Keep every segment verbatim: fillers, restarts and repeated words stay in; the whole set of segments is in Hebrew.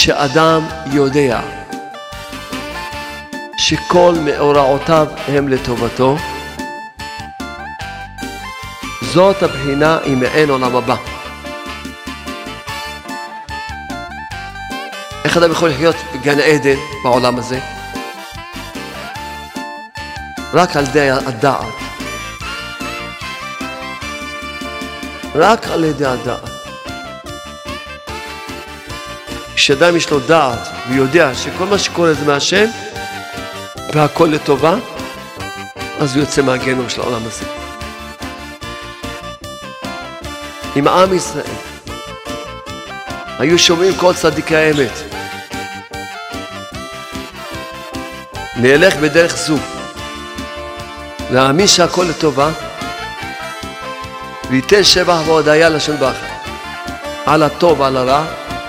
כשאדם יודע שכל מאורעותיו הם לטובתו, זאת הבחינה היא מעין עולם הבא. איך אדם יכול לחיות בגן עדן בעולם הזה? רק על ידי הדעת. רק על ידי הדעת. כשאדם יש לו דעת ויודע שכל מה שקורה זה מהשם והכל לטובה, אז הוא יוצא מהגיהנום של העולם הזה. עם עם ישראל היו שומעים כל צדיקי האמת, נלך בדרך זו, להאמין שהכל לטובה, וייתן שבח והודיה לשם ברך על הטוב ועל הרע,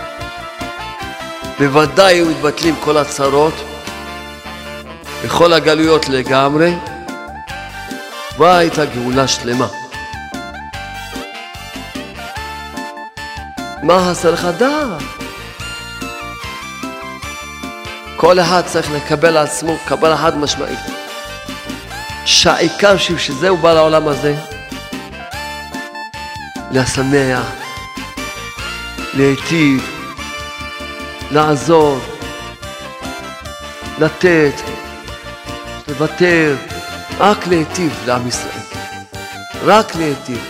בוודאי היו מתבטלים כל הצרות וכל הגלויות לגמרי, והייתה גאולה שלמה. מה עשה לך דעת? כל אחד צריך לקבל על עצמו קבל אחד משמעית, שהעיקר שזהו בא לעולם הזה לשמח, להיטיב, לעזור, לתת, לוותר, רק להיטיב לעם ישראל, רק להיטיב.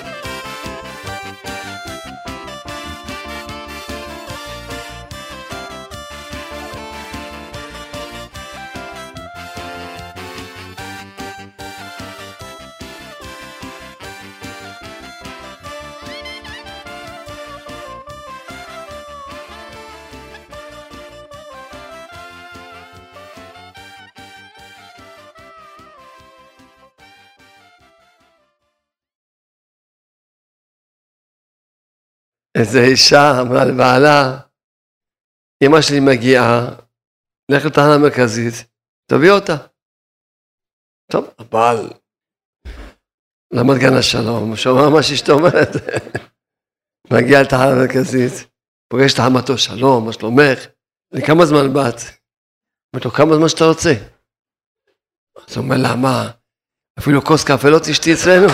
איזו אישה אמרה לבעלה, אמא שלי מגיעה, לך לתחנה המרכזית, תביא אותה. טוב, הבעל למד גן השלום, שומע מה שאשתו אומרת, מגיע לתחנה המרכזית, פוגש את חמתו, שלום, מה שלומך? לכמה זמן באת? אמרת לו, כמה זמן שאתה רוצה? אז הוא אומר לה, מה? אפילו כוס קפה לא תשתי אצלנו?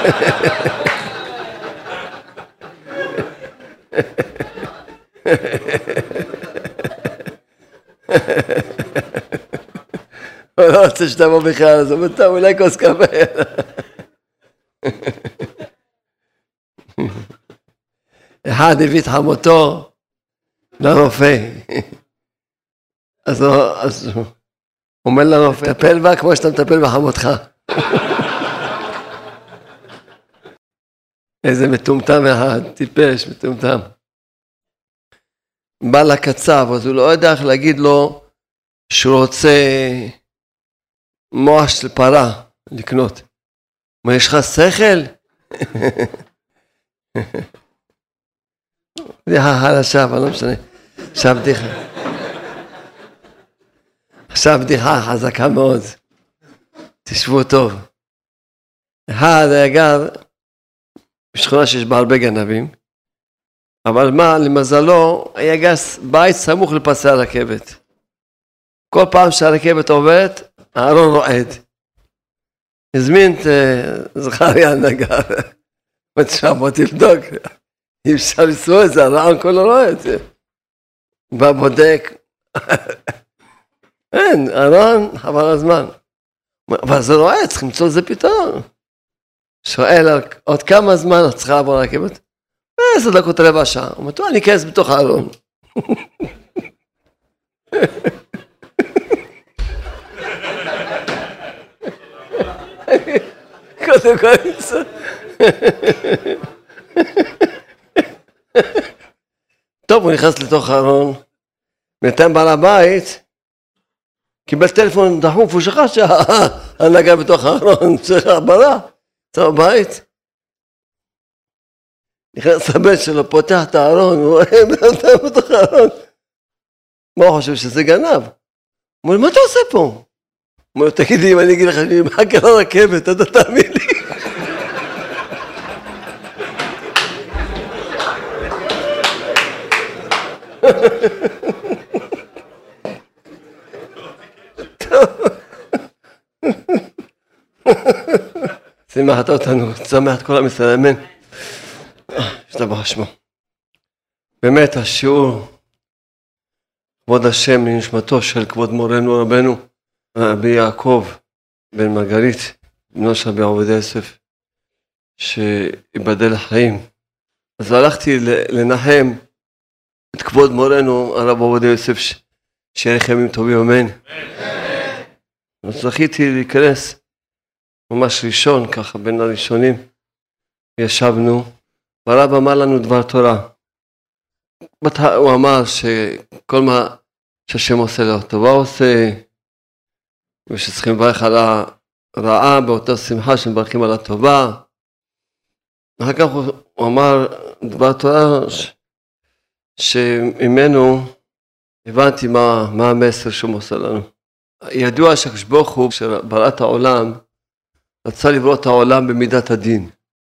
הוא לא רוצה שתבוא בכלל, אז הוא אומר, טוב, אולי כוס קפה. אחד הביא את חמותו לרופא, אז הוא אומר לרופא, טפל בה כמו שאתה מטפל בחמותך. איזה מטומטם אחד, טיפש, מטומטם. בא לקצב, אז הוא לא יודע איך להגיד לו שהוא רוצה מוח של פרה לקנות. מה, יש לך שכל? זה החלשה, אבל לא משנה. עכשיו בדיחה. עכשיו בדיחה חזקה מאוד. תשבו טוב. אחד היה גר בשכונה שיש בה הרבה גנבים, אבל מה, למזלו, היה גס בית סמוך לפסי הרכבת. כל פעם שהרכבת עוברת, הארון רועד. הזמין את זכריה הנגר, ותשב בוא תבדוק, אי אפשר לסוע את זה, הרעון כולו רועד. בא בודק, אין, הרעון חבל הזמן. אבל זה רועד, צריך למצוא לזה פתרון. שואל עוד כמה זמן את צריכה לעבור הרכבת? עשר דקות רבע שעה. הוא אומר, טוב, אני אכנס בתוך הארון. קודם כל נמצא. טוב, הוא נכנס לתוך הארון. בינתיים בעל הבית קיבל טלפון דחוף, הוא שכח שהנהגה בתוך הארון, שכח ברע. צא בבית, נכנס לבית שלו, פותח את הארון, הוא רואה בינתיים בתוך הארון. מה הוא חושב שזה גנב? הוא אומר, מה אתה עושה פה? הוא אומר, תגיד לי, אם אני אגיד לך, אני מחכה לרכבת, אתה תאמין לי. שימחת אותנו, שמח את כל עם ישראל, אמן. ישתבח שמו. באמת השיעור, כבוד השם לנשמתו של כבוד מורנו רבנו, רבי יעקב בן מרגלית, בנו של רבי עובדיה יוסף, שיבדל לחיים. אז הלכתי לנחם את כבוד מורנו הרב עובדיה יוסף, שיהיה לכם ימים טובים, אמן. אז זכיתי להיכנס ממש ראשון, ככה בין הראשונים, ישבנו, והרב אמר לנו דבר תורה. הוא אמר שכל מה שהשם עושה לו טובה עושה, ושצריכים לברך על הרעה באותה שמחה שמברכים על הטובה. אחר כך הוא אמר דבר תורה ש... שממנו הבנתי מה, מה המסר שהוא עושה לנו. ידוע שהקדוש ברוך הוא, כשברא את העולם, רצה לברוא את העולם במידת הדין.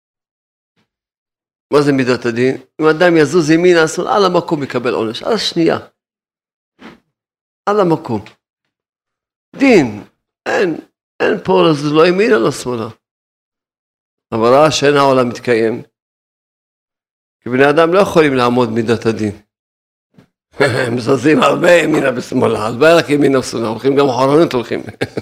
מה זה מידת הדין? אם אדם יזוז ימינה, על המקום יקבל עונש, על השנייה. על המקום. דין. אין, אין פה, זה לא ימינה, לא שמאלה. אבל ראה שאין העולם מתקיים. כי בני אדם לא יכולים לעמוד מידת הדין. הם זזים הרבה ימינה בשמאלה, אז בעיה רק ימינה ושמאלה, הולכים גם אחורנית הולכים.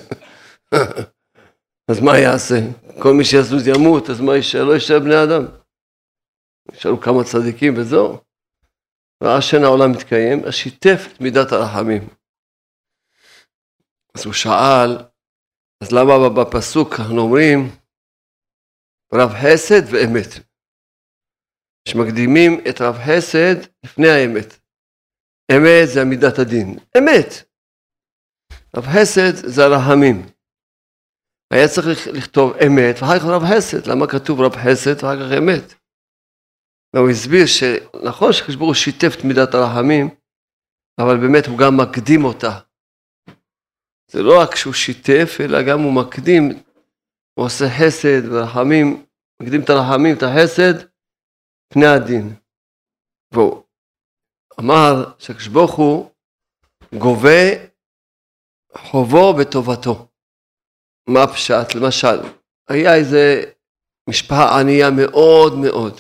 אז מה יעשה? כל מי שיזוז ימות, אז מה יישאר? לא יישאר בני אדם. ישארו כמה צדיקים וזהו. ראה שאין העולם מתקיים, אז שיתף את מידת הרחמים. אז הוא שאל, אז למה בפסוק אנחנו אומרים, רב חסד ואמת. שמקדימים את רב חסד לפני האמת. אמת זה מידת הדין. אמת. רב חסד זה הרחמים. היה צריך לכתוב אמת ואחר כך רב חסד. למה כתוב רב חסד ואחר כך אמת? והוא הסביר שנכון שהקדוש ברוך הוא שיתף את מידת הרחמים, אבל באמת הוא גם מקדים אותה. זה לא רק שהוא שיתף, אלא גם הוא מקדים, הוא עושה חסד ורחמים, מקדים את הרחמים, את החסד, פני הדין. והוא אמר שהקדוש ברוך הוא גובה חובו בטובתו. מה הפשט? למשל, היה איזה משפחה ענייה מאוד מאוד,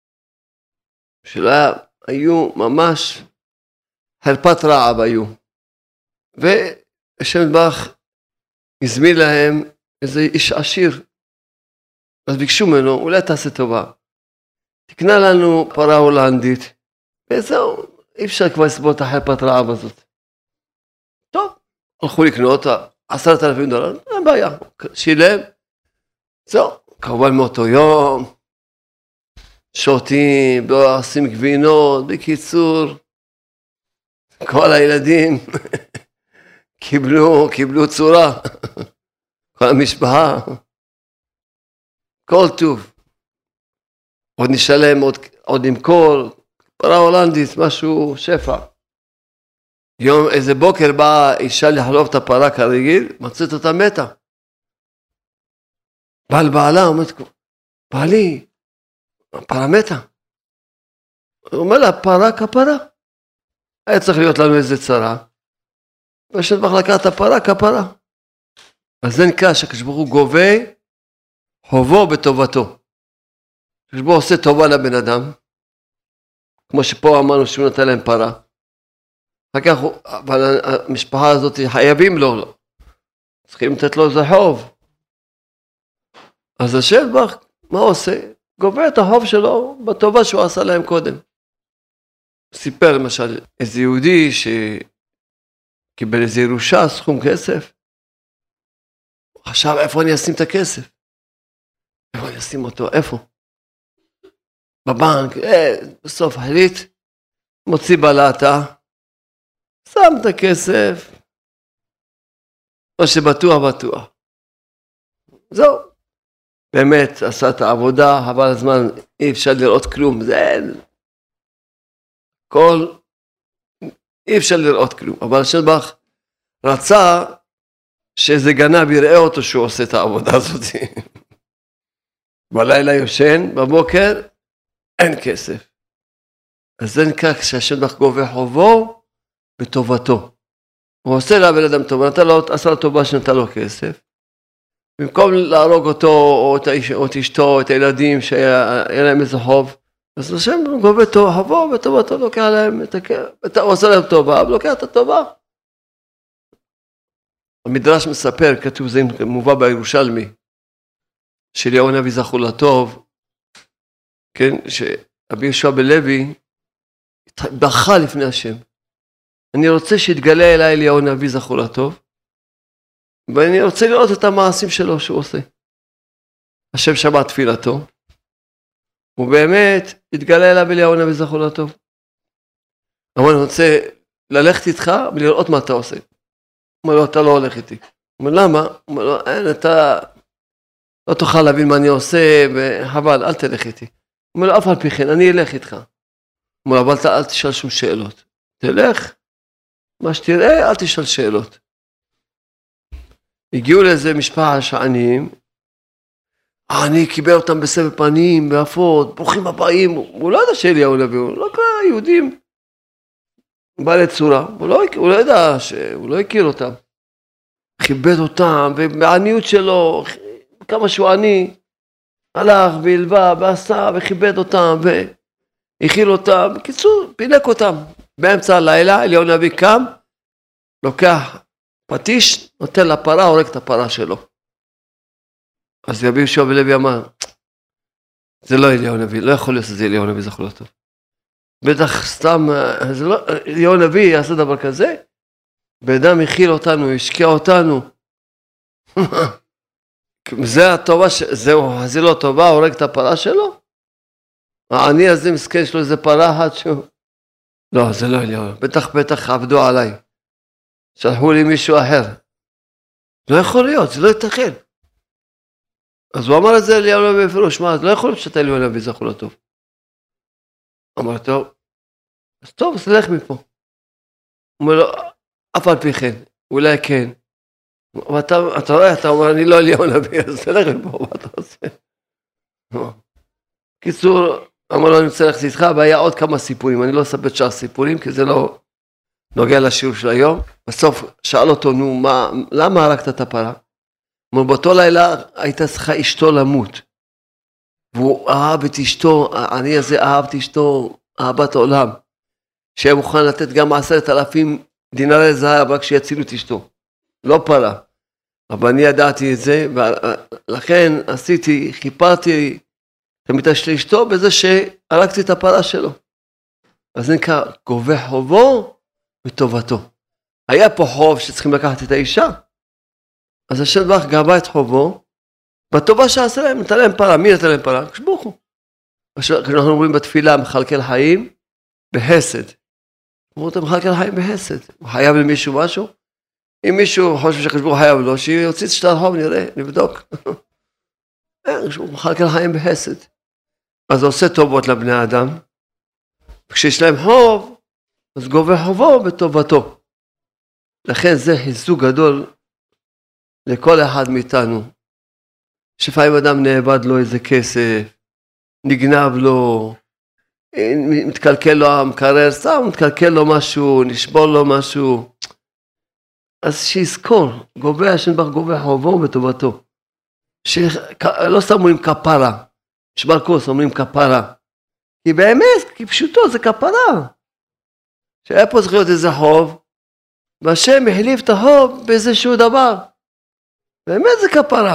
שלה היו ממש חרפת רעב היו, והשם יתברך הזמין להם איזה איש עשיר, אז ביקשו ממנו, אולי תעשה טובה, תקנה לנו פרה הולנדית, וזהו, אי אפשר כבר לסבול את החרפת רעב הזאת. טוב, הלכו לקנות עשרת אלפים דולר, אין בעיה, שילם, זהו, כמובן מאותו יום, שותים, עושים גבינות, בקיצור, כל הילדים קיבלו, קיבלו צורה, כל המשפחה, כל טוב, עוד נשלם, עוד, עוד נמכור, פרה הולנדית, משהו שפע. יום, איזה בוקר באה אישה לחלוב את הפרה כרגיל, מצאת אותה מתה. בעל בעלה אומרת, בעלי, הפרה מתה. הוא אומר לה, פרה כפרה. היה צריך להיות לנו איזה צרה. ויש את מחלקת הפרה כפרה. אז זה נקרא שהקדוש ברוך הוא גובה חובו בטובתו. הקדוש ברוך הוא עושה טובה לבן אדם. כמו שפה אמרנו שהוא נתן להם פרה. אחר כך, אבל המשפחה הזאת חייבים לו. צריכים לתת לו איזה חוב. אז השם בך, מה עושה? גובה את החוב שלו בטובה שהוא עשה להם קודם. סיפר למשל איזה יהודי שקיבל איזה ירושה, סכום כסף. חשב איפה אני אשים את הכסף? איפה אני אשים אותו? איפה? בבנק, אה, בסוף החליט, מוציא בלטה, שם את הכסף, או שבטוח בטוח. זהו. באמת עשה את העבודה, אבל הזמן אי אפשר לראות כלום, זה אין. כל, אי אפשר לראות כלום, אבל השם בך רצה שאיזה גנב יראה אותו שהוא עושה את העבודה הזאת. בלילה יושן, בבוקר אין כסף. אז זה נקרא כשהשם בך גובה חובו בטובתו. הוא עושה לה בן אדם טוב, נתן לו, עשה לו טובה שנתן לו כסף, במקום להרוג אותו, או את, האיש, או את אשתו, את הילדים, שהיה להם איזה חוב, אז השם גובה חובו, וטובתו לוקח להם, את, עושה להם טובה, ולוקח את הטובה. המדרש מספר, כתוב זה מובא בירושלמי, שאליהו הנביא זכור לטוב, כן, שרבי יהושע בן לוי, בכה לפני השם. אני רוצה שיתגלה אליי אליהו הנביא זכור לטוב, ואני רוצה לראות את המעשים שלו שהוא עושה. השם שמע תפילתו, ובאמת התגלה אליו אליהו הנביא זכור לטוב. אבל אני רוצה ללכת איתך ולראות מה אתה עושה. הוא אומר לו, אתה לא הולך איתי. הוא אומר, למה? הוא אומר לו, אין, אתה לא תוכל להבין מה אני עושה, וחבל, אל תלך איתי. הוא אומר לו, אף על פי כן, אני אלך איתך. הוא אומר לו, אבל אל תשאל שום שאלות. תלך, מה שתראה, אל תשאל שאלות. הגיעו לאיזה משפחה שעניים, אני קיבל אותם בסבב פנים, באפות, ברוכים הבאים, הוא לא ידע שאליהו הנביא, הוא לא קרא יהודים, בעלי צורה, הוא לא, הוא לא ידע, הוא לא הכיר אותם, כיבד אותם, ובעניות שלו, כמה שהוא עני, הלך והלווה, ועשה, וכיבד אותם, והכיל אותם, בקיצור, פינק אותם, באמצע הלילה, אליהו הנביא קם, לוקח פטיש, נותן לפרה, הורג את הפרה שלו. אז רבי יהושע בן לוי אמר, זה לא אליהו הנביא, לא יכול להיות שזה אליהו הנביא זכור לטוב. בטח סתם, זה לא, אליהו הנביא יעשה דבר כזה, באדם הכיל אותנו, השקיע אותנו. זה הטובה, זהו, זה לא טובה, הורג את הפרה שלו? העני הזה מסכן, יש לו איזה פרה אחת שהוא... לא, זה לא אליהו, בטח בטח עבדו עליי. שלחו לי מישהו אחר. לא יכול להיות, זה לא יתכן. אז הוא אמר את זה אליהו הנביא בפירוש, מה, אז לא יכול להיות שאתה אליהו הנביא זכור לטוב. אמר, טוב, אז טוב, אז תלך מפה. הוא אומר לו, אף על פי כן, אולי כן. ואתה, אתה רואה, אתה אומר, אני לא אליהו הנביא, אז תלך מפה, מה אתה עושה? קיצור, אמר לו, אני רוצה ללכת איתך, והיה עוד כמה סיפורים, אני לא אספר שאר סיפורים, כי זה לא נוגע לשיעור של היום. בסוף שאל אותו, נו, מה, למה הרגת את הפרה? אבל באותו לילה הייתה צריכה אשתו למות, והוא אהב את אשתו, אני הזה אהב את אשתו, אהבת העולם, שהיה מוכן לתת גם עשרת אלפים דינרי זהב, רק שיצילו את אשתו, לא פרה, אבל אני ידעתי את זה, ולכן עשיתי, חיפרתי את המיטה של אשתו, בזה שהרגתי את הפרה שלו, אז זה נקרא, גובה חובו וטובתו. היה פה חוב שצריכים לקחת את האישה, אז השם דברך גבה את חובו, בטובה שעשה להם, נתן להם פרה, מי נתן להם פרה? כשבוכו. כשאנחנו אומרים בתפילה, מחלקל חיים בחסד. אומרים אותם, מחלקל חיים בחסד. הוא חייב למישהו משהו? אם מישהו חושב שחשבו חייב לו, שיוציא את שטר חוב, נראה, נבדוק. הוא מחלקל חיים בחסד. אז הוא עושה טובות לבני האדם, וכשיש להם חוב, אז גובה חובו בטובתו. לכן זה חיזוק גדול, לכל אחד מאיתנו, שפעמים אדם נאבד לו איזה כסף, נגנב לו, מתקלקל לו המקרר, סתם מתקלקל לו משהו, נשבור לו משהו, אז שיזכור, גובה, השם ברך גובה חובו בטובתו, שלא סתם אומרים כפרה, שבר כוס אומרים כפרה, כי באמת, כי פשוטו זה כפרה, שהיה פה צריך להיות איזה חוב, והשם החליף את החוב באיזשהו דבר, באמת זה כפרה.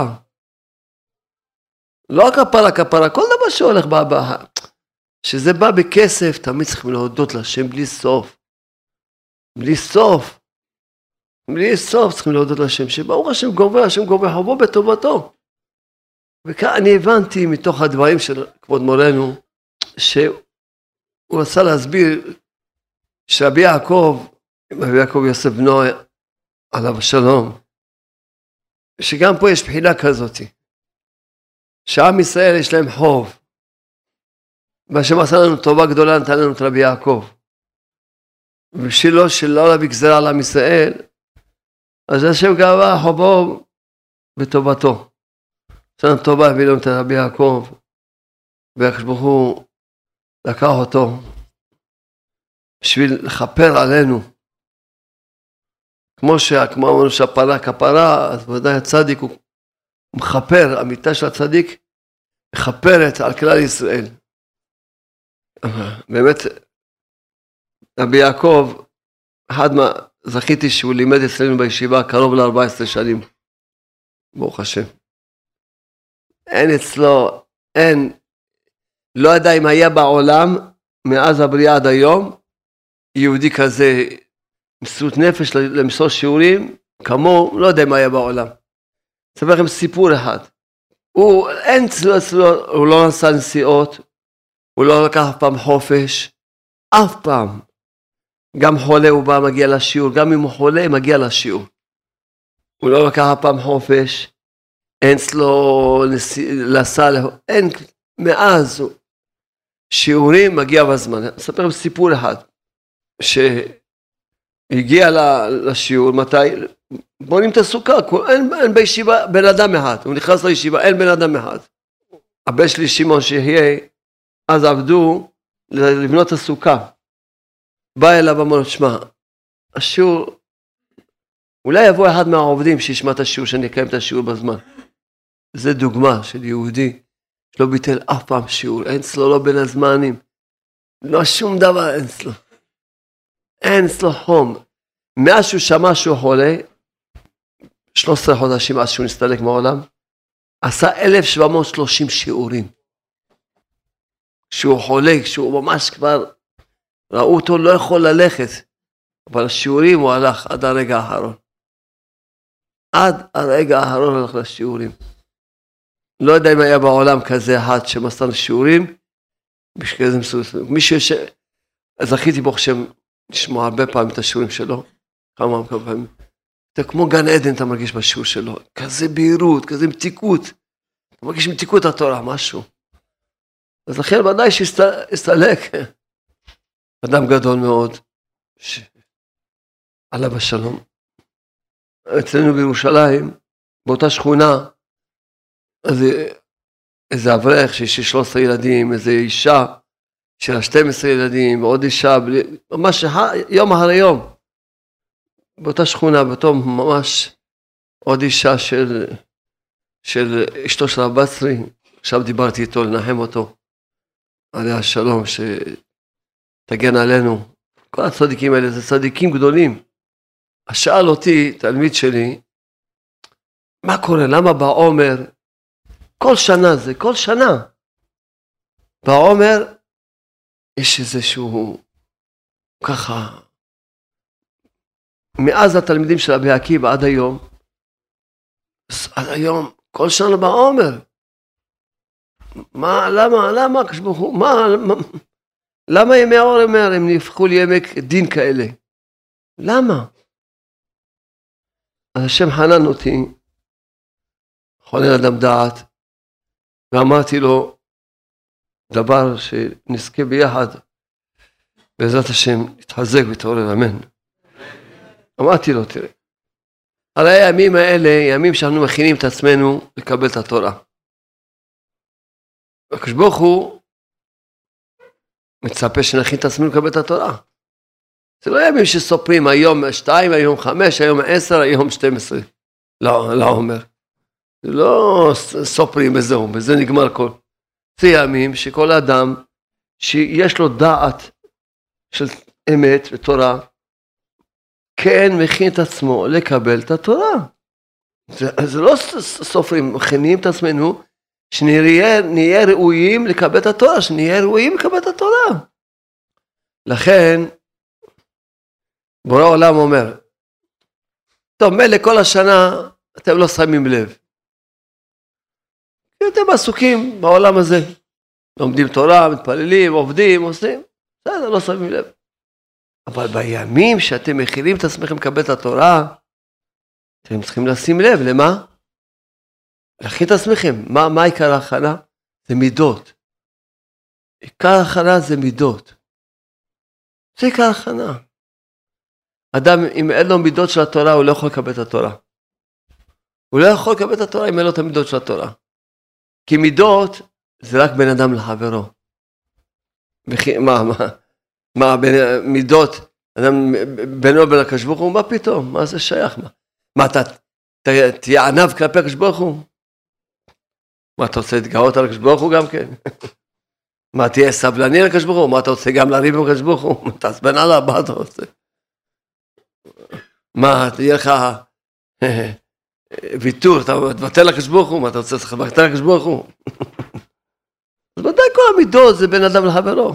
לא הכפרה, כפרה, כל דבר שהולך בא, שזה בא בכסף, תמיד צריכים להודות לשם בלי סוף. בלי סוף. בלי סוף צריכים להודות לשם, שברוך השם גובה, השם גובה חובו בטובתו. וכאן אני הבנתי מתוך הדברים של כבוד מורנו, שהוא רצה להסביר שרבי יעקב, רבי יעקב יוסף בנו עליו השלום, שגם פה יש בחינה כזאת, שעם ישראל יש להם חוב, והשם עשה לנו טובה גדולה, נתן לנו את רבי יעקב, ובשבילו שלא להביא גזרה על עם ישראל, אז השם גבה חובו בטובתו, עשה לנו טובה, הביא לנו את רבי יעקב, והקדוש ברוך הוא לקח אותו, בשביל לכפר עלינו, כמו שאמרנו שהפרה כפרה, אז ודאי הצדיק הוא מכפר, המיטה של הצדיק, מכפרת על כלל ישראל. באמת, רבי יעקב, אחד מה, זכיתי שהוא לימד אצלנו בישיבה קרוב ל-ארבע עשרה שנים. ברוך השם. אין אצלו, אין, לא יודע אם היה בעולם, מאז הבריאה עד היום, יהודי כזה, מסירות נפש למסור שיעורים, כמו, לא יודע מה היה בעולם. אספר לכם סיפור אחד. הוא, אין אצלו, אצלו, הוא לא נסע נסיעות, הוא לא לקח אף פעם חופש, אף פעם. גם חולה הוא בא, מגיע לשיעור, גם אם הוא חולה, מגיע לשיעור. הוא לא לקח אף פעם חופש, אין אצלו לסע, אין, מאז שיעורים מגיע בזמן. אספר לכם סיפור אחד, שהגיע לשיעור, מתי? בונים את הסוכה, אין, אין בישיבה בן אדם אחד, הוא נכנס לישיבה, אין בן אדם אחד. הבן שלי שמעון שיהיה, אז עבדו לבנות את הסוכה. בא אליו ואמר, שמע, השיעור, אולי יבוא אחד מהעובדים שישמע את השיעור, שנקיים את השיעור בזמן. זה דוגמה של יהודי, שלא ביטל אף פעם שיעור, אין אצלו לא בין הזמנים, לא שום דבר אין אצלו. אין אצלו חום. מאז שהוא שמע שהוא חולה, שלושה עשר חודשים אז שהוא נסתלק מהעולם, עשה אלף שבע מאות ושלושים שיעורים. כשהוא חולה, כשהוא ממש כבר, ראו אותו לא יכול ללכת, אבל השיעורים הוא הלך עד הרגע האחרון. עד הרגע האחרון הלך לשיעורים. לא יודע אם היה בעולם כזה אחד שמסר שיעורים, בשביל זה מסורת. מישהו ש... זכיתי בו שם לשמוע הרבה פעמים את השיעורים שלו, כמה פעמים. אתה כמו גן עדן אתה מרגיש בשיעור שלו, כזה בהירות, כזה מתיקות. אתה מרגיש מתיקות התורה, משהו. אז לכן ודאי שהסתלק. אדם גדול מאוד, ש... עליו השלום. אצלנו בירושלים, באותה שכונה, אז איזה אברך שיש שלושה עשר ילדים, איזה אישה של שתים עשרה ילדים, ועוד אישה, ממש יום אחרי יום, באותה שכונה, באותו ממש עוד אישה של, של אשתו של הבצרי, עכשיו דיברתי איתו לנחם אותו, עליה השלום, שתגן עלינו, כל הצדיקים האלה, זה צדיקים גדולים. אז שאל אותי, תלמיד שלי, מה קורה, למה בעומר, כל שנה זה, כל שנה, בעומר, יש איזשהו, ככה, מאז התלמידים של רבי עקיבא עד היום, עד היום, כל שנה בעומר, מה, למה, למה, מה, מה, למה ימי העומר הם נהפכו לימי דין כאלה? למה? אז השם חנן אותי, חונן אדם דעת, ואמרתי לו דבר שנזכה ביחד, בעזרת השם נתחזק ותעורר, אמן. אמרתי לו, תראה, הרי הימים האלה, ימים שאנחנו מכינים את עצמנו לקבל את התורה. הקדוש ברוך הוא מצפה שנכין את עצמנו לקבל את התורה. זה לא ימים שסופרים היום שתיים, היום חמש, היום עשר, היום שתים עשרה. לא, לא אומר. זה לא סופרים בזהו, בזה נגמר כל. זה ימים שכל אדם שיש לו דעת של אמת ותורה, כן מכין את עצמו לקבל את התורה. זה, זה לא סופרים, מכינים את עצמנו, שנהיה ראויים לקבל את התורה, שנהיה ראויים לקבל את התורה. לכן, בורא העולם אומר, טוב, מלא כל השנה, אתם לא שמים לב. אתם עסוקים בעולם הזה. לומדים תורה, מתפללים, עובדים, עושים. בסדר, לא שמים לב. אבל בימים שאתם מכינים את עצמכם לקבל את התורה, אתם צריכים לשים לב, למה? להכין את עצמכם. מה, מה עיקר ההכנה? זה מידות. עיקר ההכנה זה מידות. זה עיקר ההכנה. אדם, אם אין לו מידות של התורה, הוא לא יכול לקבל את התורה. הוא לא יכול לקבל את התורה אם אין לו את המידות של התורה. כי מידות זה רק בין אדם לחברו. מה, מה, מה, בין, מידות, אדם בינו ובין הקדוש ברוך הוא, מה פתאום? מה זה שייך? מה, מה אתה תהיה ענב כלפי הקדוש ברוך הוא? מה אתה רוצה להתגאות על הקדוש ברוך הוא גם כן? מה תהיה סבלני על הקדוש ברוך הוא? מה אתה רוצה גם לריב עם הקדוש ברוך הוא? תעצבן עליו, מה אתה רוצה? מה תהיה לך ויתור, אתה תבטל לקדוש ברוך הוא? מה אתה רוצה לבטל לקדוש ברוך הוא? אז ודאי כל המידות זה בין אדם לחברו.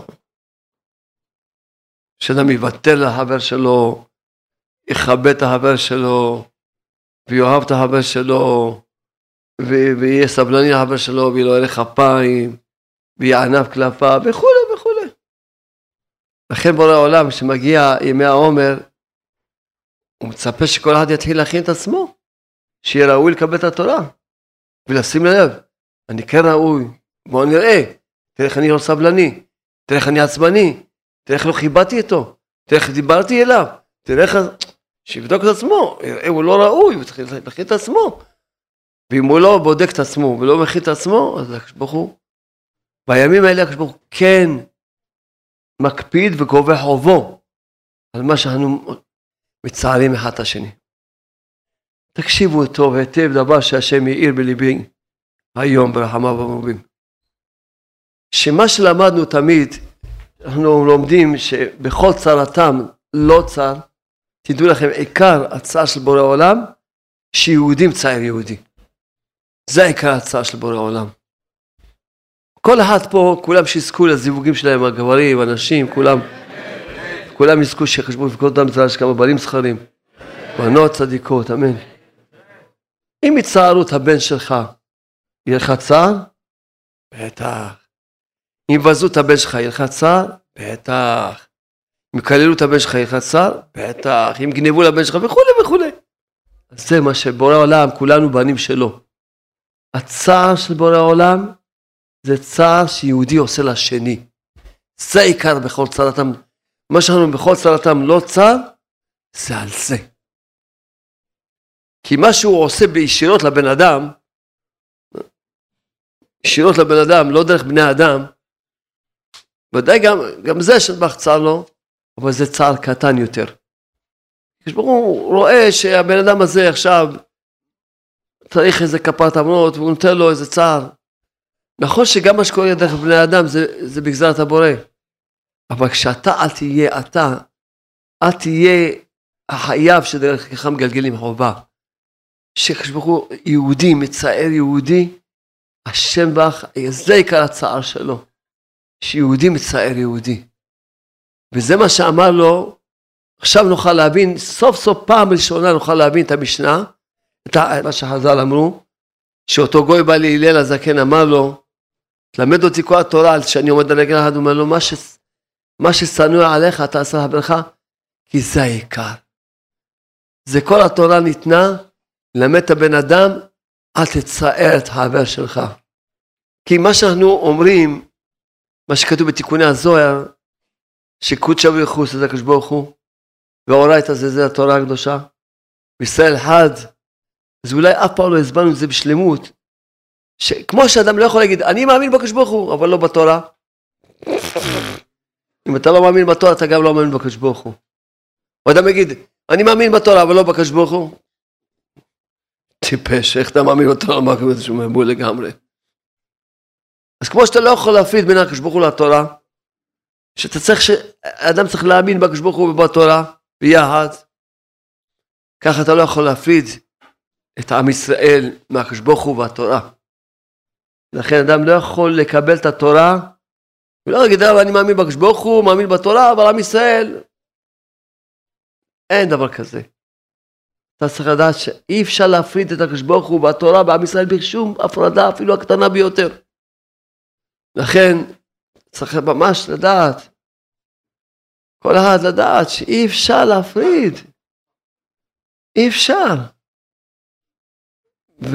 שאדם יבטל לחבר שלו, יכבד את החבר שלו, ויאהב את החבר שלו, ויהיה סבלני לחבר שלו, ויהיה לו ערך אפיים, ויענב כלפיו, וכו' וכו'. לכן בורא העולם, כשמגיע ימי העומר, הוא מצפה שכל אחד יתחיל להכין את עצמו, שיהיה ראוי לקבל את התורה, ולשים לב, אני כן ראוי, בואו נראה, תראה איך אני לא סבלני, תראה איך אני עצמני, תראה איך לא חיבדתי איתו, תראה איך דיברתי אליו, תראה איך... שיבדוק את עצמו, הוא לא ראוי, הוא צריך להכין את עצמו. ואם הוא לא בודק את עצמו ולא מכין את עצמו, אז הקדוש ברוך הוא, בימים האלה הקדוש ברוך הוא כן מקפיד וקובע חובו על מה שאנו מצערים אחד את השני. תקשיבו טוב היטב דבר שהשם יאיר בליבי היום ברחמיו המרובים. שמה שלמדנו תמיד, אנחנו לומדים שבכל צרתם לא צר, תדעו לכם, עיקר הצעה של בורא העולם, שיהודים צער יהודי. זה עיקר הצעה של בורא העולם. כל אחד פה, כולם שיזכו לזיווגים שלהם, הגברים, הנשים, כולם, כולם יזכו שחשבו לפקוד אותם בצרה שכמה בנים זכרים, בנות צדיקות, אמן. אם יצערו את הבן שלך, יהיה לך צער? בטח. אם יבזו את הבן שלך, יהיה לך צער? בטח. אם יקללו את הבן שלך, יהיה לך צער? בטח. אם גנבו לבן שלך וכו' וכו'. אז זה מה שבורא העולם, כולנו בנים שלו. הצער של בורא העולם, זה צער שיהודי עושה לשני. זה עיקר בכל צרתם. מה שאנחנו בכל צרתם לא צער, זה על זה. כי מה שהוא עושה בישירות לבן אדם, ישירות לבן אדם, לא דרך בני אדם, ודאי גם, גם זה שנבח צער לו, אבל זה צער קטן יותר. הוא רואה שהבן אדם הזה עכשיו צריך איזה כפרת עוונות, והוא נותן לו איזה צער. נכון שגם מה שקורה דרך בני אדם זה, זה בגזרת הבורא. אבל כשאתה אל תהיה, אתה, אל תהיה החייב שדרכך מגלגלים חובה. שכשבחו יהודי, מצער יהודי, השם בך, זה עיקר הצער שלו. שיהודי מצער יהודי. וזה מה שאמר לו, עכשיו נוכל להבין, סוף סוף פעם ראשונה נוכל להבין את המשנה, את מה שחז"ל אמרו, שאותו גוי בא להלל הזקן אמר לו, תלמד אותי כל התורה, שאני עומד על רגל אחד, הוא אומר לו, מה, ש... מה ששנוא עליך אתה עשה ברכה, כי זה העיקר. זה כל התורה ניתנה, ללמד את הבן אדם, אל תצער את החבר שלך. כי מה שאנחנו אומרים, מה שכתוב בתיקוני הזוהר, שקודשא בריך הוא, זה הקדוש ברוך הוא, והאורייתא זה, זה התורה הקדושה, וישראל חד, אז אולי אף פעם לא הסברנו את זה בשלמות, שכמו שאדם לא יכול להגיד, אני מאמין בקדוש ברוך הוא, אבל לא בתורה. אם אתה לא מאמין בתורה, אתה גם לא מאמין בקדוש ברוך הוא. או אדם יגיד, אני מאמין בתורה, אבל לא בקדוש ברוך הוא. טיפש, איך אתה מאמין בתורה, מה קורה שהוא מבול לגמרי. אז כמו שאתה לא יכול להפריד בין הקדוש ברוך הוא לתורה, שאתה צריך, האדם צריך להאמין בקדוש ברוך הוא ובתורה, ביחד, ככה אתה לא יכול להפריד את עם ישראל מהקדוש ברוך הוא והתורה. לכן אדם לא יכול לקבל את התורה, ולא להגיד, אני מאמין בקדוש ברוך הוא, מאמין בתורה, אבל עם ישראל, אין דבר כזה. אתה צריך לדעת שאי אפשר להפריד את הקדוש ברוך הוא והתורה בעם ישראל בשום הפרדה, אפילו הקטנה ביותר. לכן צריך ממש לדעת, כל אחד לדעת שאי אפשר להפריד. אי אפשר. ו...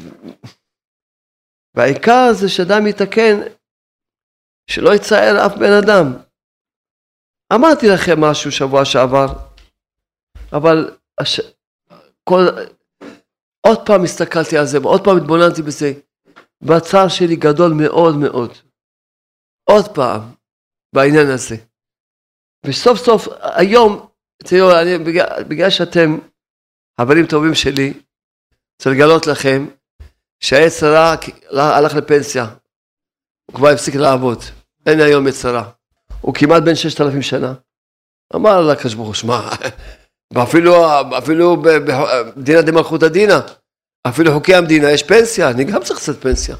והעיקר זה שאדם יתקן, שלא יצער אף בן אדם. אמרתי לכם משהו שבוע שעבר, אבל הש... כל... עוד פעם הסתכלתי על זה, ועוד פעם התבוננתי בזה, והצער שלי גדול מאוד מאוד. עוד פעם, בעניין הזה. וסוף סוף, היום, תראו, אני, בגלל, בגלל שאתם חברים טובים שלי, רוצה לגלות לכם, שהיצר הרע הלך לפנסיה, הוא כבר הפסיק לעבוד, אין היום יצר רע, הוא כמעט בן ששת אלפים שנה, אמר לה הקדוש ברוך הוא, שמע, ואפילו, אפילו בדינה דמלכות הדינה, אפילו חוקי המדינה יש פנסיה, אני גם צריך קצת פנסיה.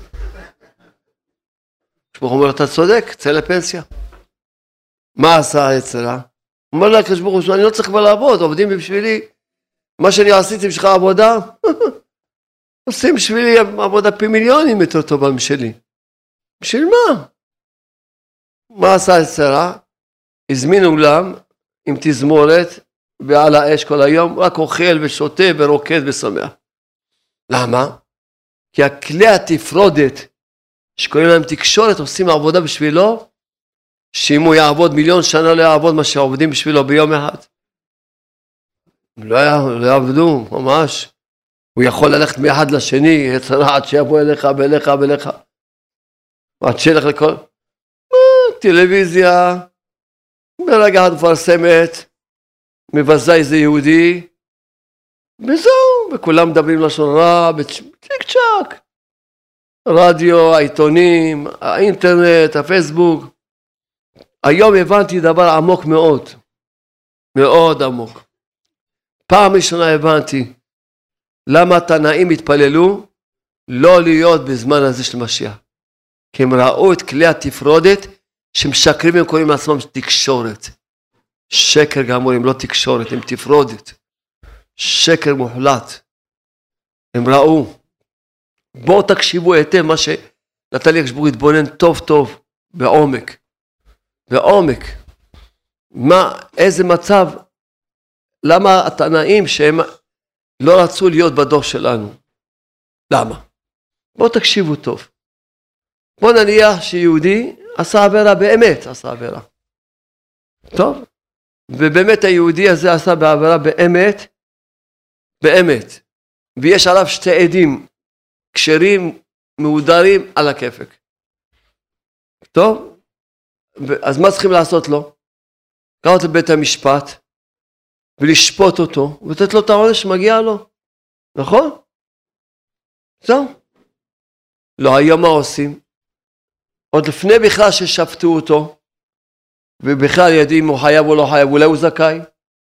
הוא אומר, אתה צודק, צא לפנסיה. מה עשה היצר רע? הוא אומר לה הקדוש ברוך הוא, אני לא צריך כבר לעבוד, עובדים בשבילי, מה שאני עשיתי בשבילך עבודה, עושים בשבילי עבודה פי מיליונים יותר טובה משלי. בשביל מה? מה עשה היצר רע? הזמין אולם עם תזמורת ועל האש כל היום, רק אוכל ושותה ורוקד ושמח. למה? כי הכלי התפרודת שקוראים להם תקשורת עושים עבודה בשבילו, שאם הוא יעבוד מיליון שנה לא יעבוד מה שעובדים בשבילו ביום אחד. לא, לא יעבדו, ממש. הוא יכול ללכת מאחד לשני, יצרה עד שיבוא אליך ואליך ואליך. עד שילך לכל... טלוויזיה, ברגע אחד מפרסמת, מבזה איזה יהודי, וזהו, וכולם מדברים לשון רע, בצ'יק צ'ק. רדיו, העיתונים, האינטרנט, הפייסבוק. היום הבנתי דבר עמוק מאוד, מאוד עמוק. פעם ראשונה הבנתי למה התנאים התפללו לא להיות בזמן הזה של משיח. כי הם ראו את כלי התפרודת שמשקרים הם קוראים לעצמם תקשורת. שקר גמור, הם לא תקשורת, הם תפרודת. שקר מוחלט. הם ראו. בואו תקשיבו היטב מה שנתן לי הקדוש ברוך הוא להתבונן טוב טוב, בעומק. בעומק. מה, איזה מצב, למה התנאים שהם לא רצו להיות בדור שלנו? למה? בואו תקשיבו טוב. בואו נניח שיהודי עשה עבירה, באמת עשה עבירה. טוב? ובאמת היהודי הזה עשה בעבירה באמת, באמת. ויש עליו שתי עדים, כשרים, מהודרים על הכפק. טוב? אז מה צריכים לעשות לו? לקחת לבית המשפט, ולשפוט אותו, ולתת לו את העונש שמגיע לו. נכון? זהו. לא, היום מה עושים? עוד לפני בכלל ששפטו אותו, ובכלל יודעים הוא חייב או לא חייב, אולי הוא זכאי.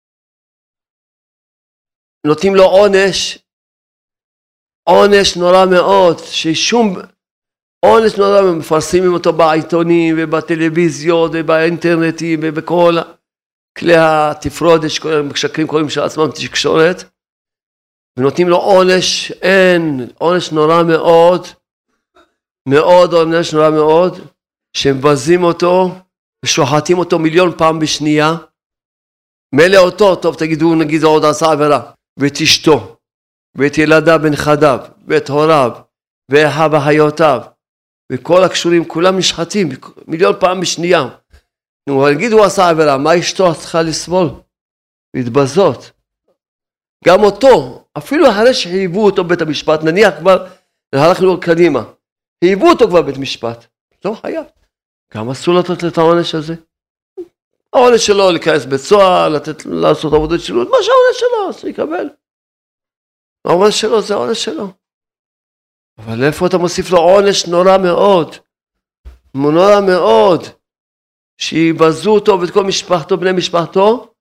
נותנים לו עונש, עונש נורא מאוד, ששום עונש נורא מאוד, מפרסמים אותו בעיתונים ובטלוויזיות ובאינטרנטים ובכל כלי התפרודת שמשקרים קוראים של עצמם תקשורת, ונותנים לו עונש, אין, עונש נורא מאוד, מאוד עונש נורא מאוד, שמבזים אותו ושוחטים אותו מיליון פעם בשנייה, מלא אותו, טוב תגידו נגיד עוד עשה עבירה, ואת אשתו, ואת ילדיו בנכדיו, ואת הוריו, ואחיו ואחיותיו, וכל הקשורים כולם נשחטים מיליון פעם בשנייה. נו, נגיד הוא עשה עבירה, מה אשתו צריכה לסבול? להתבזות. גם אותו, אפילו אחרי שחייבו אותו בית המשפט, נניח כבר, הלכנו קדימה, חייבו אותו כבר בית משפט, לא חייב. גם אסור לתת את העונש הזה. העונש שלו להיכנס בית סוהר, לתת, לעשות עבודות שלו, מה שהעונש שלו, אז יקבל. העונש שלו זה העונש שלו. אבל איפה אתה מוסיף לו עונש נורא מאוד, נורא מאוד, שיבזו אותו ואת כל משפחתו, בני משפחתו,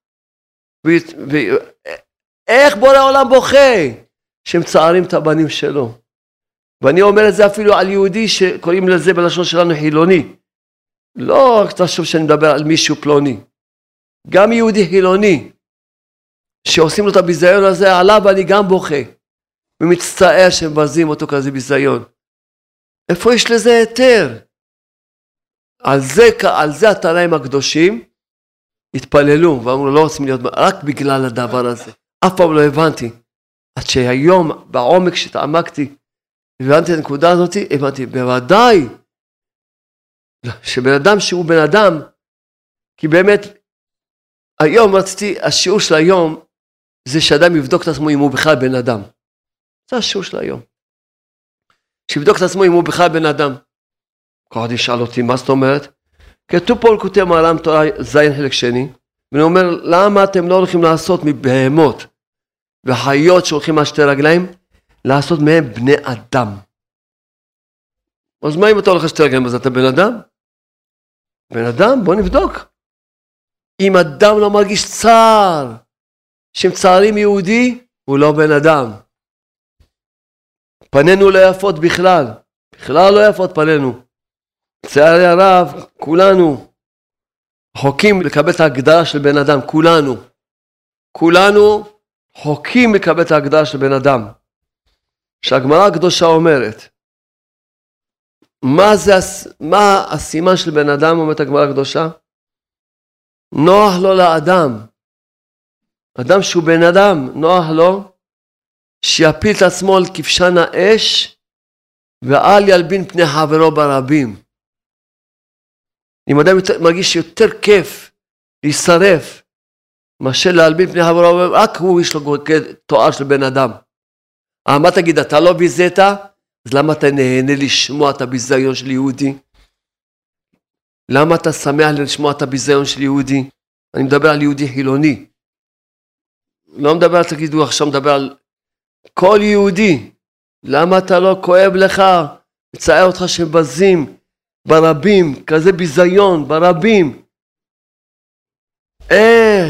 ואיך בורא העולם בוכה, שהם צערים את הבנים שלו. ואני אומר את זה אפילו על יהודי שקוראים לזה בלשון שלנו חילוני. לא רק תחשוב שאני מדבר על מישהו פלוני. גם יהודי חילוני, שעושים לו את הביזיון הזה, עליו אני גם בוכה. ומצטער שמבזים אותו כזה ביזיון. איפה יש לזה היתר? על זה, על זה התנאים הקדושים התפללו ואמרו לא רוצים להיות רק בגלל הדבר הזה. אף פעם לא הבנתי. עד שהיום בעומק שתעמקתי הבנתי את הנקודה הזאת, הבנתי בוודאי שבן אדם שהוא בן אדם, כי באמת היום רציתי, השיעור של היום זה שאדם יבדוק את עצמו אם הוא בכלל בן אדם. זה השיעור של היום. שיבדוק את עצמו אם הוא בכלל בן אדם. כל אחד ישאל אותי, מה זאת אומרת? כתוב פה לקוטי מעלם תורה זין חלק שני, ואני אומר, למה אתם לא הולכים לעשות מבהמות וחיות שהולכים על שתי רגליים, לעשות מהם בני אדם? אז מה אם אתה הולך שתרגם? אז אתה בן אדם? בן אדם? בוא נבדוק. אם אדם לא מרגיש צער, שמצערים יהודי, הוא לא בן אדם. פנינו לא יפות בכלל. בכלל לא יפות פנינו. לצערי הרב, כולנו חוקים לקבל את ההגדרה של בן אדם. כולנו. כולנו חוקים לקבל את ההגדרה של בן אדם. שהגמרא הקדושה אומרת, מה זה, מה הסימן של בן אדם, אומרת הגמרא הקדושה? נוח לו לאדם. אדם שהוא בן אדם, נוח לו, שיפיל את עצמו על כבשן האש, ואל ילבין פני חברו ברבים. אם אדם מרגיש יותר כיף להישרף, מאשר להלבין פני חברו, רק הוא יש לו תואר של בן אדם. אה, מה תגיד, אתה לא ביזית? אז למה אתה נהנה לשמוע את הביזיון של יהודי? למה אתה שמח לשמוע את הביזיון של יהודי? אני מדבר על יהודי חילוני. לא מדבר על, תגידו עכשיו, מדבר על כל יהודי. למה אתה לא כואב לך? מצער אותך שבזים ברבים, כזה ביזיון ברבים. אה,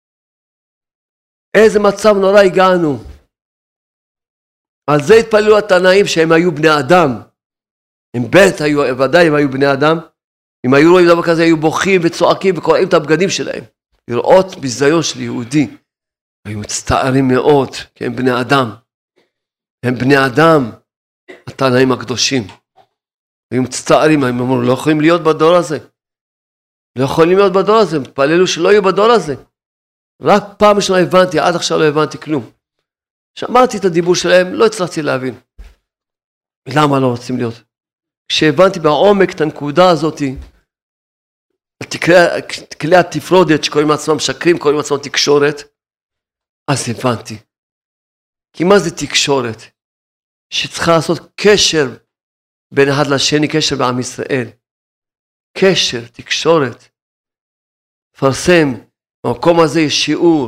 איזה מצב נורא הגענו. על זה התפללו התנאים שהם היו בני אדם. הם בית היו, ודאי הם היו בני אדם. אם היו רואים דבר כזה, היו בוכים וצועקים וקוראים את הבגדים שלהם. לראות ביזיון של יהודי. היו מצטערים מאוד, כי הם בני אדם. הם בני אדם, התנאים הקדושים. היו מצטערים, הם אמרו, לא יכולים להיות בדור הזה. לא יכולים להיות בדור הזה, התפללו שלא יהיו בדור הזה. רק פעם ראשונה הבנתי, עד עכשיו לא הבנתי כלום. שמעתי את הדיבור שלהם, לא הצלחתי להבין. למה לא רוצים להיות? כשהבנתי בעומק את הנקודה הזאת, כלי התפרודת שקוראים לעצמם משקרים, קוראים לעצמם תקשורת, אז הבנתי. כי מה זה תקשורת? שצריכה לעשות קשר בין אחד לשני, קשר בעם ישראל. קשר, תקשורת. פרסם, במקום הזה יש שיעור.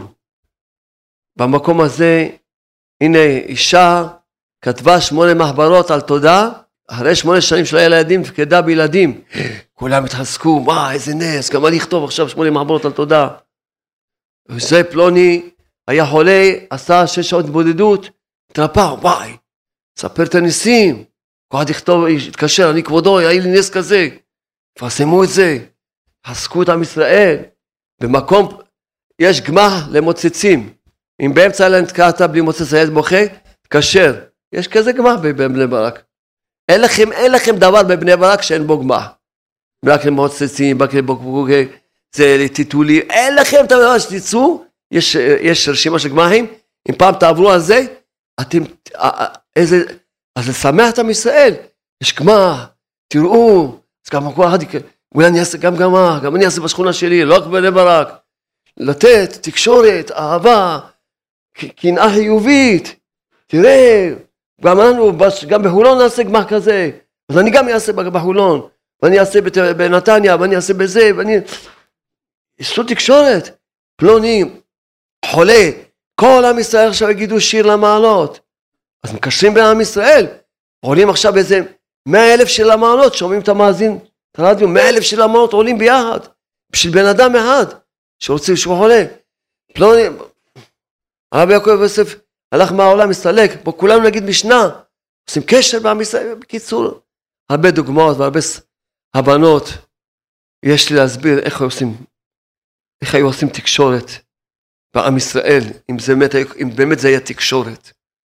במקום הזה, הנה אישה כתבה שמונה מחברות על תודה, אחרי שמונה שנים של הילדים פקדה בילדים. כולם התחזקו, מה איזה נס, גם אני אכתוב עכשיו שמונה מחברות על תודה. וזה פלוני היה חולה, עשה שש שעות התבודדות, התרפא, וואי, ספר את הניסים. כל אחד יכתוב, התקשר, אני כבודו, היה לי נס כזה. פרסמו את זה, חזקו את עם ישראל. במקום, יש גמח למוצצים. אם באמצע הלילה נתקעת בלי מוצץ הילד בוכה, תקשר. יש כזה גמח בבני ברק. אין לכם, אין לכם דבר בבני ברק שאין בו גמח. רק למוצצים, רק לבוקבוקי, זה לטיטולי. אין לכם את הדבר שתצאו. יש, יש רשימה של גמחים. אם פעם תעברו על זה, אתם, איזה, אז לשמח את עם ישראל. יש גמח, תראו. אז גם כל אחד, אולי אני אעשה גם גמח, גם אני אעשה בשכונה שלי, לא רק בבני ברק. לתת תקשורת, אהבה, קנאה חיובית. תראה, גם אנחנו, גם בחולון נעשה גמח כזה. אז אני גם אעשה בחולון, ואני אעשה בנתניה, ואני אעשה בזה, ואני... עשו תקשורת. פלוני, חולה, כל עם ישראל עכשיו יגידו שיר למעלות. אז מקשרים בין עם ישראל. עולים עכשיו איזה מאה אלף של המעלות, שומעים את המאזין, את הרדיו, מאה אלף של המעלות עולים ביחד. בשביל בן אדם אחד. שרוצים שהוא חולה. פלוני, הרב יעקב יוסף הלך מהעולם, מסתלק, פה כולנו נגיד משנה, עושים קשר בעם ישראל, בקיצור, הרבה דוגמאות והרבה הבנות, יש לי להסביר איך היו עושים, איך היו עושים תקשורת בעם ישראל, אם, זה באמת, אם באמת זה היה תקשורת.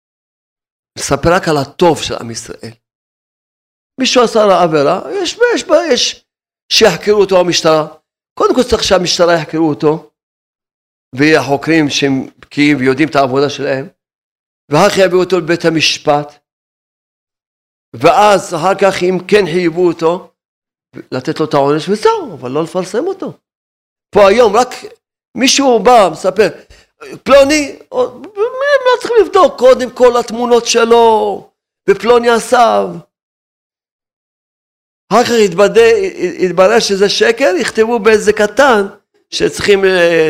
נספר רק על הטוב של עם ישראל. מישהו עשה לה עבירה, יש, יש, יש, שיחקרו אותו המשטרה, קודם כל צריך שהמשטרה יחקרו אותו, והחוקרים שהם בקיאים ויודעים את העבודה שלהם, ואחר כך יביאו אותו לבית המשפט, ואז אחר כך אם כן חייבו אותו, לתת לו את העונש וזהו, אבל לא לפרסם אותו. פה היום רק מישהו בא, מספר, פלוני, לא צריך לבדוק קודם כל התמונות שלו, ופלוני עשיו. אחר כך יתברר שזה שקר, יכתבו באיזה קטן, שצריכים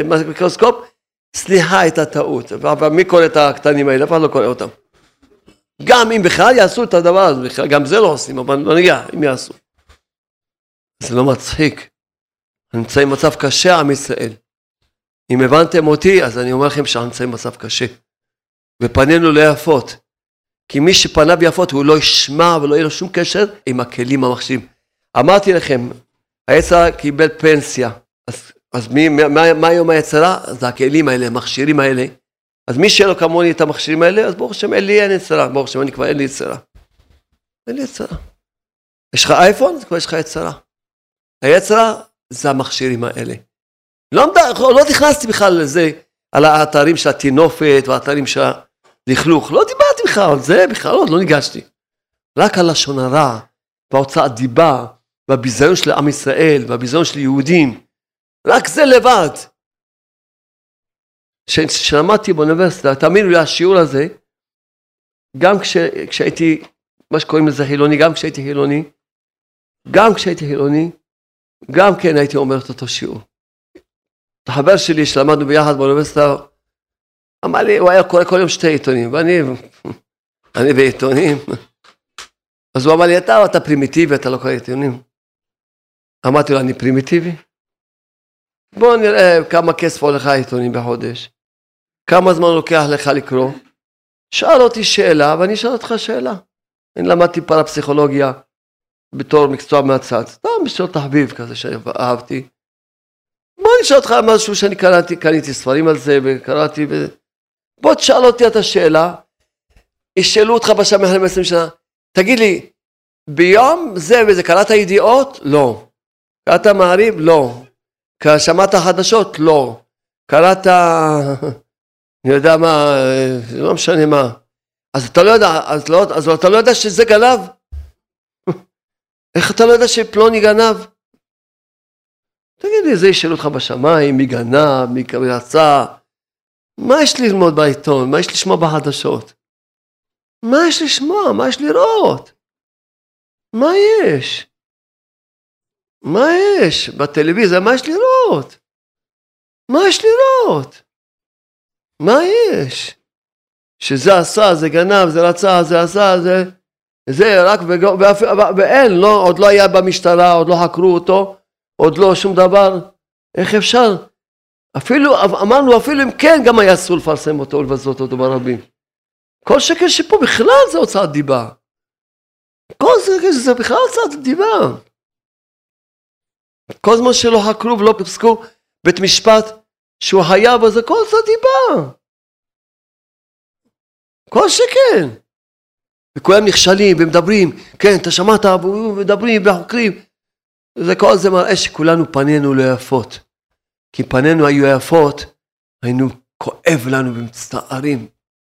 מיקרוסקופ, סליחה את הטעות. ומי קורא את הקטנים האלה? אף אחד לא קורא אותם. גם אם בכלל יעשו את הדבר הזה, גם זה לא עושים, אבל לא נגיע, אם יעשו. זה לא מצחיק. נמצאים מצב קשה, עם ישראל. אם הבנתם אותי, אז אני אומר לכם שנמצאים מצב קשה. ופנינו ליפות. כי מי שפניו יפות, הוא לא ישמע ולא יהיה לו שום קשר עם הכלים המכשירים. אמרתי לכם, היצר קיבל פנסיה. אז, אז מי, מה, מה היום היצרה? זה הכלים האלה, המכשירים האלה. אז מי שאין לו כמוני את המכשירים האלה, אז ברוך השם, אין לי אין יצרה. ברוך השם, אני כבר אין לי יצרה. אין לי יצרה. יש לך אייפון? אז כבר יש לך יצרה. היצרה זה המכשירים האלה. לא, לא נכנסתי בכלל לזה, על האתרים של התינופת, והאתרים של הלכלוך. לא דיברתי בכלל על זה, בכלל עוד לא ניגשתי. רק על לשון הרע, וההוצאת דיבה, והביזיון של עם ישראל, והביזיון של יהודים. רק זה לבד. כשלמדתי באוניברסיטה, תאמינו לי, השיעור הזה, גם כש, כשהייתי, מה שקוראים לזה חילוני, גם כשהייתי חילוני, גם כשהייתי חילוני, גם כן הייתי אומר את אותו שיעור. החבר שלי שלמדנו ביחד באוניברסיטה, אמר לי, הוא היה קורא כל יום שתי עיתונים, ואני, אני בעיתונים. אז הוא אמר לי, אתה, אתה פרימיטיבי, אתה לא קורא עיתונים. אמרתי לו, אני פרימיטיבי? בוא נראה כמה כסף הולך העיתונים בחודש. כמה זמן לוקח לך לקרוא? שאל אותי שאלה, ואני אשאל אותך שאלה. אני למדתי פרפסיכולוגיה בתור מקצוע מהצד. סתם בשביל תחביב כזה שאהבתי. בוא נשאל אותך משהו שאני קראתי, קניתי ספרים על זה וקראתי. ו... בוא תשאל אותי את השאלה. ישאלו אותך בשם אחרי עשרים שנה. תגיד לי, ביום זה וזה קראת ידיעות? לא. קראת מעריב? לא. שמעת חדשות? לא. קראת, אני יודע מה, לא משנה מה. אז אתה לא יודע, אז, לא, אז אתה לא יודע שזה גנב? איך אתה לא יודע שפלוני גנב? תגיד לי, זה ישאלו אותך בשמיים, מי גנב, מי רצה. מה יש ללמוד בעיתון? מה יש לשמוע בחדשות? מה יש לשמוע? מה יש לראות? מה יש? מה יש? בטלוויזיה, מה יש לראות? מה יש לראות? מה יש? שזה עשה, זה גנב, זה רצה, זה עשה, זה... זה רק, ואין, לא, עוד לא היה במשטרה, עוד לא חקרו אותו, עוד לא שום דבר. איך אפשר? אפילו, אמרנו, אפילו אם כן, גם היה אסור לפרסם אותו, לבזות אותו ברבים. כל שקל שפה בכלל זה הוצאת דיבה. כל שקל שזה בכלל הוצאת דיבה. כל זמן שלא חקרו ולא פסקו בית משפט שהוא היה בזה, כל זה דיבה. כל שכן. וכולם נכשלים ומדברים, כן, אתה שמעת, ומדברים וחוקרים. זה כל זה מראה שכולנו פנינו ליפות. כי פנינו היו יפות, היינו כואב לנו ומצטערים.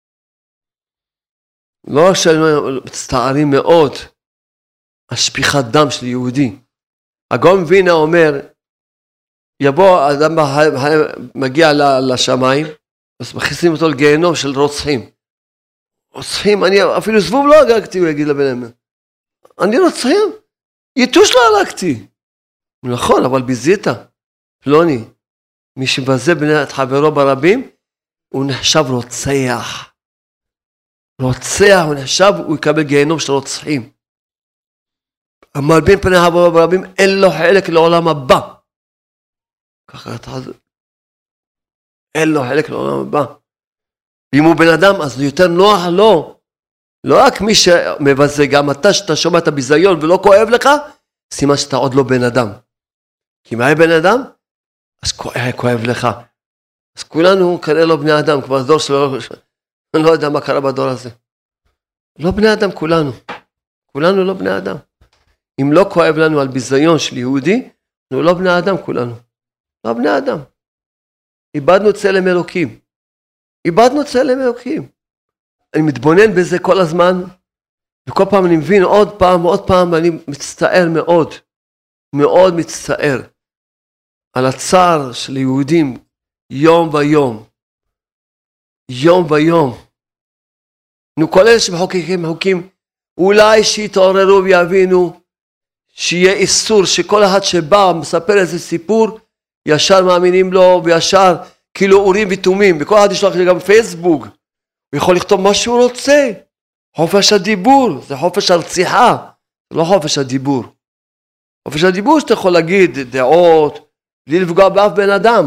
לא שהיינו מצטערים מאוד, השפיכת דם של יהודי. הגאון מווילנה אומר, יבוא אדם מגיע לשמיים, אז מכניסים אותו לגיהנום של רוצחים. רוצחים, אני אפילו זבוב לא הרגתי, הוא יגיד לבן אדם. אני רוצחים? יתוש לא הרגתי. נכון, אבל ביזית. פלוני. מי שבזה בני את חברו ברבים, הוא נחשב רוצח. רוצח, הוא נחשב, הוא יקבל גיהנום של רוצחים. המלבין פני חברו ברבים, אין לו חלק לעולם הבא. ככה אתה זה. אין לו חלק לעולם הבא. ואם הוא בן אדם, אז יותר נוח לו. לא רק מי שמבזה, גם אתה שאתה שומע את הביזיון ולא כואב לך, סימן שאתה עוד לא בן אדם. כי מה היה בן אדם? אז כואב, כואב לך. אז כולנו כנראה לא בני אדם, כבר דור שלו, אני לא יודע מה קרה בדור הזה. לא בני אדם כולנו. כולנו לא בני אדם. אם לא כואב לנו על ביזיון של יהודי, אנחנו לא בני אדם כולנו. לא בני אדם. איבדנו צלם אלוקים. איבדנו צלם אלוקים. אני מתבונן בזה כל הזמן, וכל פעם אני מבין עוד פעם, עוד פעם, ואני מצטער מאוד, מאוד מצטער, על הצער של יהודים, יום ויום, יום ויום. נו, כל אלה שמחוקקים חוקים, אולי שיתעוררו ויבינו, שיהיה איסור, שכל אחד שבא, מספר איזה סיפור, ישר מאמינים לו, וישר, כאילו אורים ותומים, וכל אחד יש לו גם פייסבוק, הוא יכול לכתוב מה שהוא רוצה, חופש הדיבור, זה חופש הרציחה, זה לא חופש הדיבור. חופש הדיבור שאתה יכול להגיד דעות, בלי לפגוע באף בן אדם.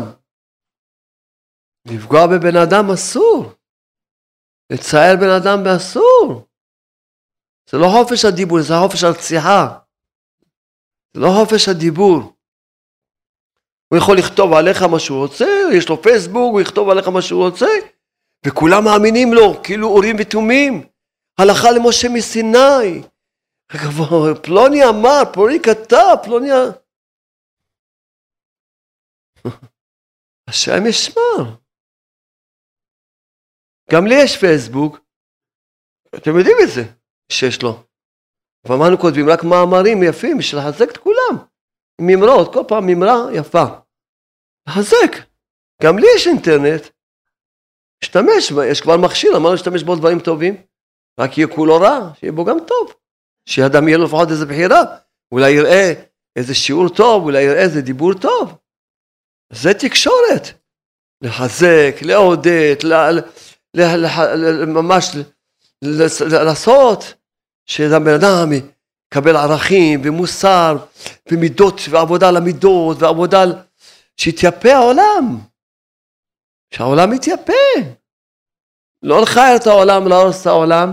לפגוע בבן אדם אסור. לצייר בן אדם באסור. זה לא חופש הדיבור, זה חופש הרציחה. זה לא חופש הדיבור. הוא יכול לכתוב עליך מה שהוא רוצה, יש לו פייסבוק, הוא יכתוב עליך מה שהוא רוצה, וכולם מאמינים לו, כאילו אורים ותומים. הלכה למשה מסיני. פלוני אמר, פלוני כתב, פלוני... השם ישמר. גם לי יש פייסבוק, אתם יודעים את זה, שיש לו. ואמרנו כותבים רק מאמרים יפים, בשביל לחזק את כולם. ממרות, כל פעם ממרה יפה. לחזק. גם לי יש אינטרנט. משתמש, יש כבר מכשיר, אמרנו להשתמש בו דברים טובים. רק יהיה כולו רע, שיהיה בו גם טוב. שאדם יהיה לו לפחות איזה בחירה. אולי יראה איזה שיעור טוב, אולי יראה איזה דיבור טוב. זה תקשורת. לחזק, לעודד, ממש לעשות, שהבן אדם יקבל ערכים ומוסר ומידות ועבודה על המידות ועבודה על... שיתייפה העולם. שהעולם יתייפה. לא לחייב את העולם, להרוס את העולם.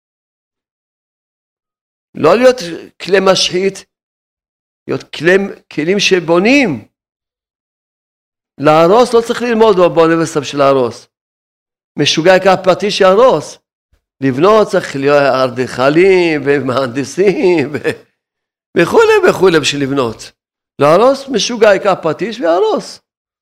לא להיות כלי משחית, להיות כלי, כלים שבונים. להרוס לא צריך ללמוד באוניברסיטה בשביל להרוס. משוגע יקח פטיש שיהרוס. לבנות צריך להיות אדריכלים ומהנדסים ו... וכולי וכולי בשביל לבנות. להרוס משוגע יקח פטיש ויהרוס.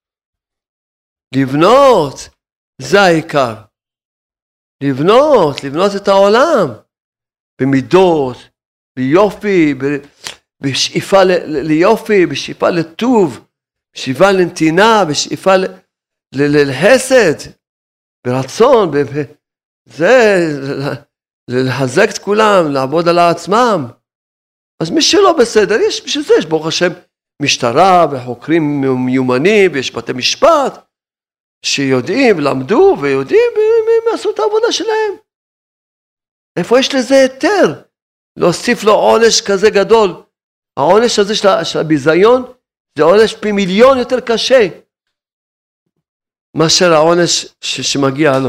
לבנות זה העיקר. לבנות, לבנות את העולם. במידות, ביופי, בשאיפה ליופי, בשאיפה לטוב, בשאיפה לנתינה, בשאיפה לחסד, ברצון, זה לחזק את כולם, לעבוד על עצמם. אז מי שלא בסדר, יש בשביל זה, יש ברוך השם משטרה וחוקרים מיומנים, ויש בתי משפט שיודעים, למדו ויודעים, והם עשו את העבודה שלהם. איפה יש לזה היתר? להוסיף לו עונש כזה גדול. העונש הזה של הביזיון, זה עונש פי מיליון יותר קשה, מאשר העונש שמגיע לו.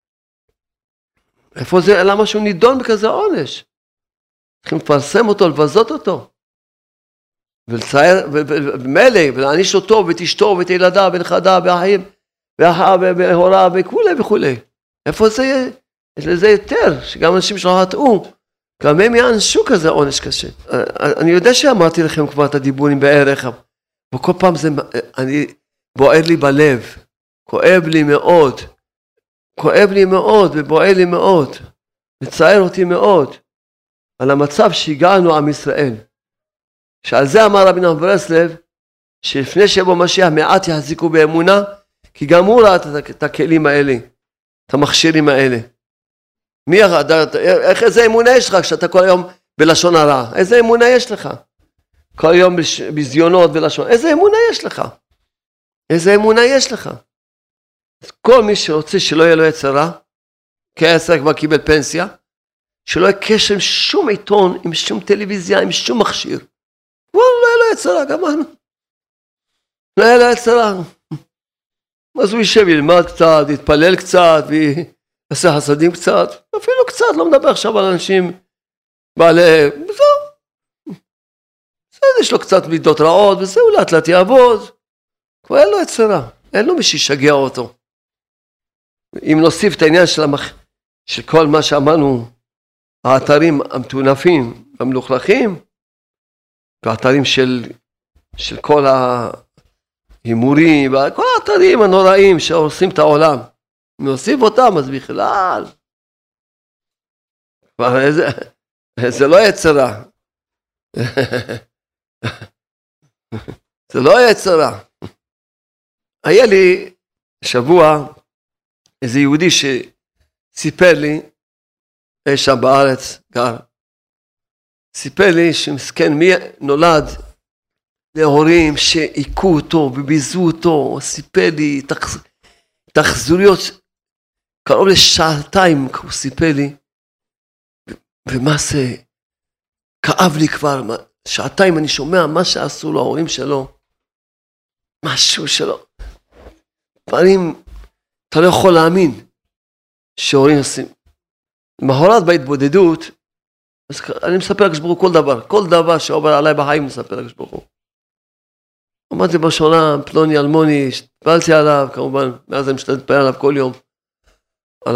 איפה זה, למה שהוא נידון בכזה עונש? צריכים לפרסם אותו, לבזות אותו. ולצייר, ומלא, ולעניש אותו, ואת אשתו, ואת ילדיו, ונכדיו, ואחים, ואחיו, והוריו, וכולי וכולי. איפה זה יהיה? יש לזה יותר, שגם אנשים שלא חטאו, גם הם יענשו כזה עונש קשה. אני יודע שאמרתי לכם כבר את הדיבורים בערך, וכל פעם זה, אני, בוער לי בלב, כואב לי מאוד, כואב לי מאוד, ובוער לי מאוד, מצער אותי מאוד, על המצב שהגענו עם ישראל. שעל זה אמר רבי נחמן ברסלב, שלפני שיבוא משיח מעט יחזיקו באמונה, כי גם הוא ראה את הכלים האלה, את המכשירים האלה. מי, איך, איזה אמונה יש לך כשאתה כל היום בלשון הרע? איזה אמונה יש לך? כל יום בזיונות ולשון, איזה אמונה יש לך? איזה אמונה יש לך? אז כל מי שרוצה שלא יהיה לו יצר רע, כי היצר כבר קיבל פנסיה, שלא יהיה קשר עם שום עיתון, עם שום טלוויזיה, עם שום מכשיר. וואו, לא יהיה לו יצר רע, גמרנו. לא יהיה לו יצר רע. אז הוא יישב, ילמד קצת, יתפלל קצת, ויעשה חסדים קצת, אפילו קצת, לא מדבר עכשיו על אנשים בעלי, וזהו. יש לו קצת מידות רעות, וזהו, לאט לאט יעבוד. כבר אין לו יצר רע, אין לו מי שישגע אותו. אם נוסיף את העניין של, המח... של כל מה שאמרנו, האתרים המטונפים, המלוכלכים, והאתרים של, של כל ההימורים, כל האתרים הנוראים שעושים את העולם, אם נוסיף אותם, אז בכלל, כבר איזה, זה לא יצר רע. זה לא יצר רע. היה לי שבוע איזה יהודי שסיפר לי, אי שם בארץ גר, סיפר לי שמסכן מי נולד להורים שעיקו אותו וביזו אותו, סיפר לי תחזוריות קרוב לשעתיים, הוא סיפר לי ומה זה, כאב לי כבר, שעתיים אני שומע מה שעשו לו ההורים שלו, משהו שלו, דברים, אתה לא יכול להאמין, שהורים עושים. מחרת בהתבודדות, אז אני מספר לקדוש ברוך הוא כל דבר, כל דבר שעובר עליי בחיים אני מספר לקדוש ברוך הוא. עמדתי בשונה, פלוני אלמוני, התפללתי עליו, כמובן, מאז אני משתתף להתפלל עליו כל יום, על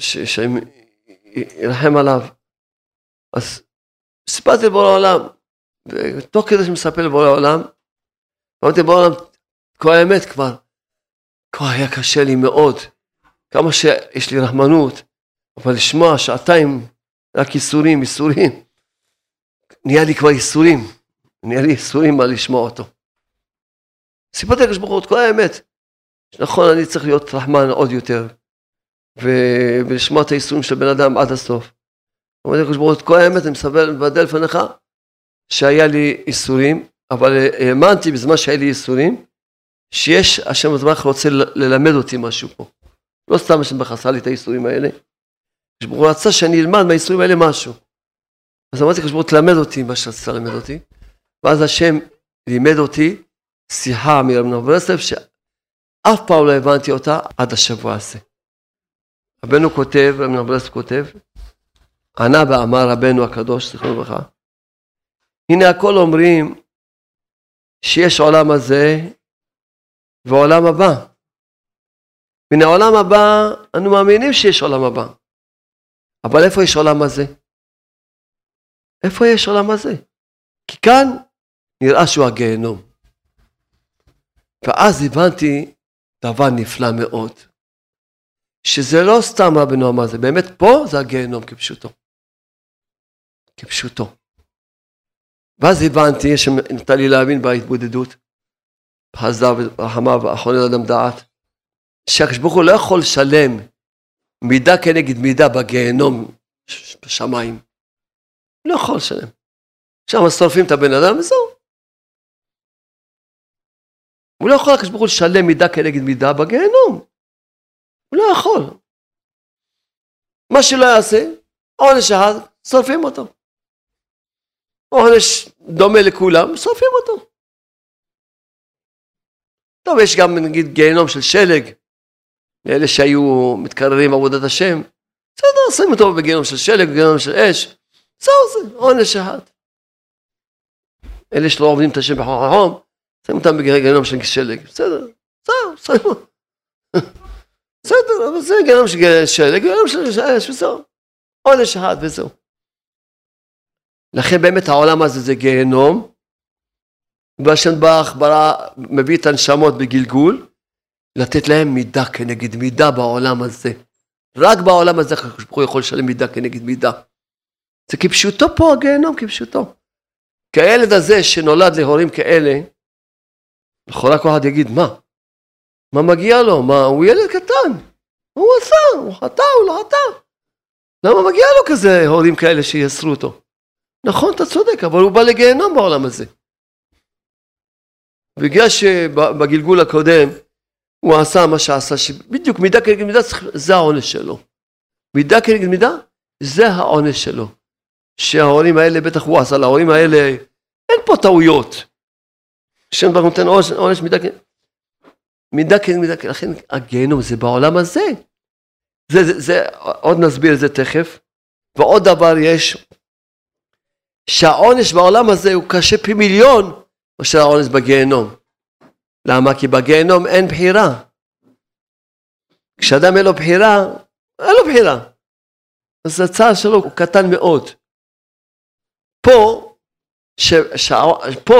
שירחם עליו. אז סיפרתי לבורא העולם, ותוך כדי שמספר לבורא העולם, אמרתי לבורא העולם, כל האמת כבר, כבר היה קשה לי מאוד, כמה שיש לי רחמנות, אבל לשמוע שעתיים, רק איסורים, איסורים, נהיה לי כבר איסורים, נהיה לי איסורים על לשמוע אותו. סיפרתי לקדוש ברוך הוא את כל האמת, שנכון אני צריך להיות רחמן עוד יותר, ולשמוע את האיסורים של בן אדם עד הסוף. אמרתי לקדוש ברוך הוא את כל האמת, אני מספר מבדל לפניך, שהיה לי איסורים, אבל האמנתי בזמן שהיה לי איסורים, שיש השם יתברך רוצה ללמד אותי משהו פה. לא סתם השם יתברך עשה לי את האיסורים האלה, הוא רצה שאני אלמד מהאיסורים האלה משהו. אז אמרתי לקדוש ברוך הוא תלמד אותי מה שרצה ללמד אותי, ואז השם לימד אותי שיחה מרבנו ברסלב, שאף פעם לא הבנתי אותה עד השבוע הזה. רבנו כותב, רבנו ברסלב כותב, ענה ואמר רבנו הקדוש, זכרונו לברכה, הנה הכל אומרים שיש עולם הזה ועולם הבא. מן העולם הבא אנו מאמינים שיש עולם הבא. אבל איפה יש עולם הזה? איפה יש עולם הזה? כי כאן נראה שהוא הגיהנום. ואז הבנתי דבר נפלא מאוד. שזה לא סתם רבנו אמר זה, באמת פה זה הגיהנום כפשוטו. כפשוטו. ואז הבנתי, שנתן לי להבין בהתבודדות, בחסדה ורחמה ואחרונה לאדם דעת, שהקדוש ברוך הוא לא יכול לשלם מידה כנגד מידה בגיהנום בשמיים. לא יכול לשלם. שם שורפים את הבן אדם וזהו. הוא לא יכול הקדוש ברוך הוא לשלם מידה כנגד מידה בגיהנום. הוא לא יכול. מה שלא יעשה, עונש אחד, שורפים אותו. עונש דומה לכולם, שורפים אותו. טוב, יש גם נגיד גיהנום של שלג, לאלה שהיו מתקררים עבודת השם, בסדר, שמים אותו בגיהנום של שלג, בגיהנום של אש, זהו זה, עונש אחד. אלה שלא עובדים את השם בחום, שמים אותם בגיהנום של שלג, בסדר, זהו, שמים. בסדר, אבל זה גיהנום של שלג, גיהנום של אש, וזהו. עונש אחד וזהו. לכן באמת העולם הזה זה גיהנום, והשם ברך ברא מביא את הנשמות בגלגול, לתת להם מידה כנגד מידה בעולם הזה. רק בעולם הזה הוא יכול לשלם מידה כנגד מידה. זה כפשוטו פה הגיהנום, כפשוטו. כי הילד הזה שנולד להורים כאלה, לכאורה כל אחד יגיד, מה? מה מגיע לו? מה? הוא ילד קטן. הוא עשה, הוא חטא, הוא לא חטא. למה מגיע לו כזה הורים כאלה שיסרו אותו? נכון, אתה צודק, אבל הוא בא לגיהנום בעולם הזה. בגלל שבגלגול הקודם, הוא עשה מה שעשה, שבדיוק מידה כנגד מידה, זה העונש שלו. מידה כנגד מידה, זה העונש שלו. שההורים האלה, בטח הוא עשה להורים האלה, אין פה טעויות. שם דבר נותן עונש מידה כנגד מידה כנגד מידה, לכן הגיהנום זה בעולם הזה. זה, זה, זה, עוד נסביר את זה תכף. ועוד דבר יש, שהעונש בעולם הזה הוא קשה פי מיליון, מאשר העונש בגיהנום. למה? כי בגיהנום אין בחירה. כשאדם אין לו בחירה, אין לו בחירה. אז הצער שלו הוא קטן מאוד. פה, ש, ש, פה,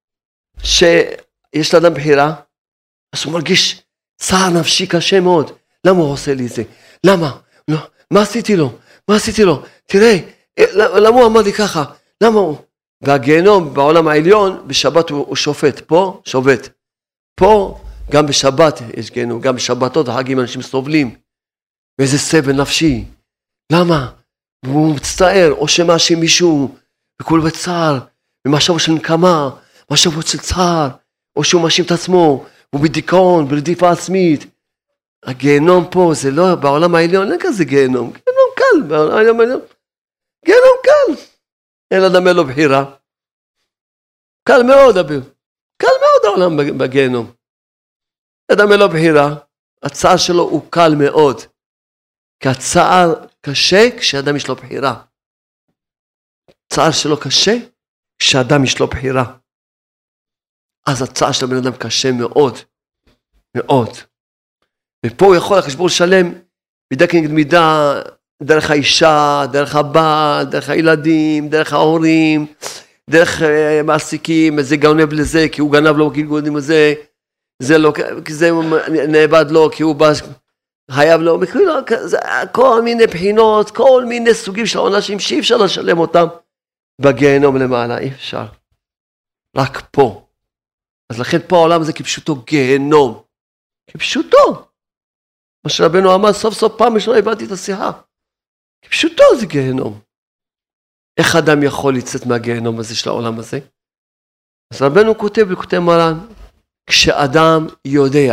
שיש לאדם בחירה, אז הוא מרגיש צער נפשי קשה מאוד. למה הוא עושה לי זה? למה? לא, מה עשיתי לו? מה עשיתי לו? תראה, למה הוא אמר לי ככה? למה הוא? והגיהנום בעולם העליון, בשבת הוא, הוא שופט. פה, שופט. פה, גם בשבת יש גיהנום, גם בשבתות החגים אנשים סובלים. ואיזה סבל נפשי. למה? הוא מצטער, או שמאשים מישהו, וכולו בצער, במשהו של נקמה, משהו של צער, או שהוא מאשים את עצמו, הוא בדיכאון, ברדיפה עצמית. הגיהנום פה, זה לא, בעולם העליון, אין כזה גיהנום. גיהנום קל, בעולם העליון. גיהנום קל. אין אדם אין לו בחירה. קל מאוד, אביב. קל מאוד העולם בגיהנום. אדם אין לו בחירה. הצער שלו הוא קל מאוד. כי הצער קשה כשאדם יש לו בחירה. הצער שלו קשה כשאדם יש לו בחירה. אז הצער של הבן אדם קשה מאוד. מאוד. ופה הוא יכול לחשבון שלם מידה כנגד מידה, דרך האישה, דרך הבעל, דרך הילדים, דרך ההורים, דרך uh, מעסיקים, זה גנב לזה, כי הוא גנב לו גלגולים לזה, זה לא, כי זה נאבד לו, כי הוא בא, חייב לו, כל מיני בחינות, כל מיני סוגים של עונשים שאי אפשר לשלם אותם בגיהנום למעלה, אי אפשר. רק פה. אז לכן פה העולם הזה כפשוטו גיהנום. כפשוטו. מה שרבנו אמר, סוף סוף פעם ראשונה הבנתי את השיחה. כפשוטו זה גיהנום. איך אדם יכול לצאת מהגיהנום הזה של העולם הזה? אז רבנו כותב וכותב מרן, כשאדם יודע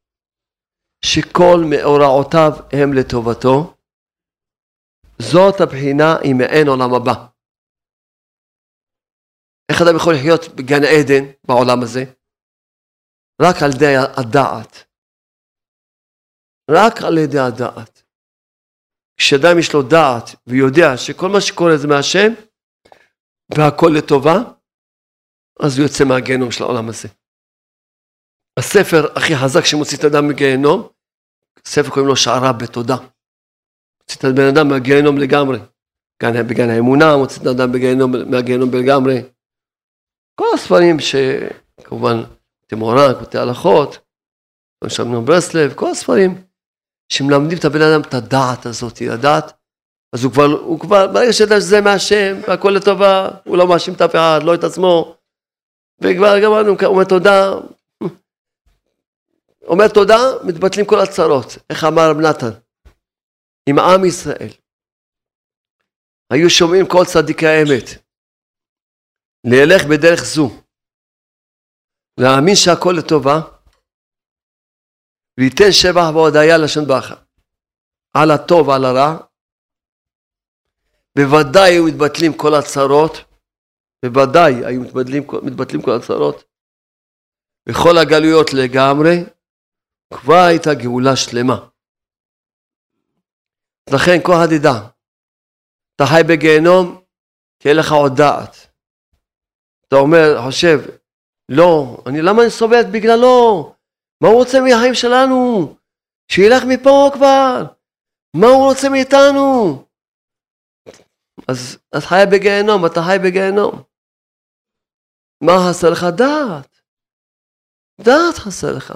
שכל מאורעותיו הם לטובתו, זאת הבחינה היא מעין עולם הבא. איך אדם יכול לחיות בגן עדן בעולם הזה? רק על ידי הדעת. רק על ידי הדעת. כשאדם יש לו דעת ויודע שכל מה שקורה זה מהשם והכל לטובה, אז הוא יוצא מהגיהנום של העולם הזה. הספר הכי חזק שמוציא את האדם מגיהנום, ספר קוראים לו שערה בתודה. מוציא את הבן אדם מהגיהנום לגמרי. בגן האמונה, מוציא את האדם בגיהנום, מהגיהנום לגמרי. כל הספרים שכמובן תמורה, כותי הלכות, שמנו ברסלב, כל הספרים שמלמדים את הבן אדם את הדעת הזאת, הדעת, אז הוא כבר, הוא כבר, ברגע שידע שזה מהשם, והכל לטובה, הוא לא מאשים את אף אחד, לא את עצמו, וכבר גמרנו, הוא אומר תודה, אומר תודה, מתבטלים כל הצרות, איך אמר רב נתן, עם עם ישראל, היו שומעים כל צדיקי האמת, להלך בדרך זו, להאמין שהכל לטובה, וייתן שבח והודיה לשון ברכה, על הטוב ועל הרע, בוודאי היו מתבטלים כל הצרות, בוודאי היו מתבטלים, מתבטלים כל הצרות, וכל הגלויות לגמרי, כבר הייתה גאולה שלמה. לכן כל הדידה, אתה חי בגיהנום, תהיה לך עוד דעת. אתה אומר, חושב, לא, אני למה אני סובלת בגללו? מה הוא רוצה מהחיים שלנו? שילך מפה כבר. מה הוא רוצה מאיתנו? אז אתה חי בגיהנום, אתה חי בגיהנום. מה חסר לך? דעת. דעת חסר לך.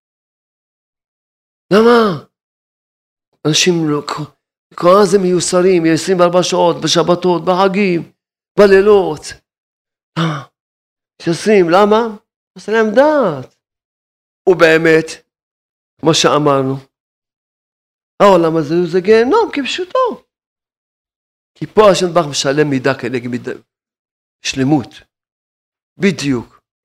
למה? אנשים לא, כל זה מיוסרים, עשרים וארבע שעות, בשבתות, בחגים, בלילות. למה? שעושים, למה? עושה להם דעת. ובאמת, כמו שאמרנו, העולם הזה זה גיהנום כפשוטו. כי פה השם ברוך משלם מידה כנגד מידה, שלמות, בדיוק.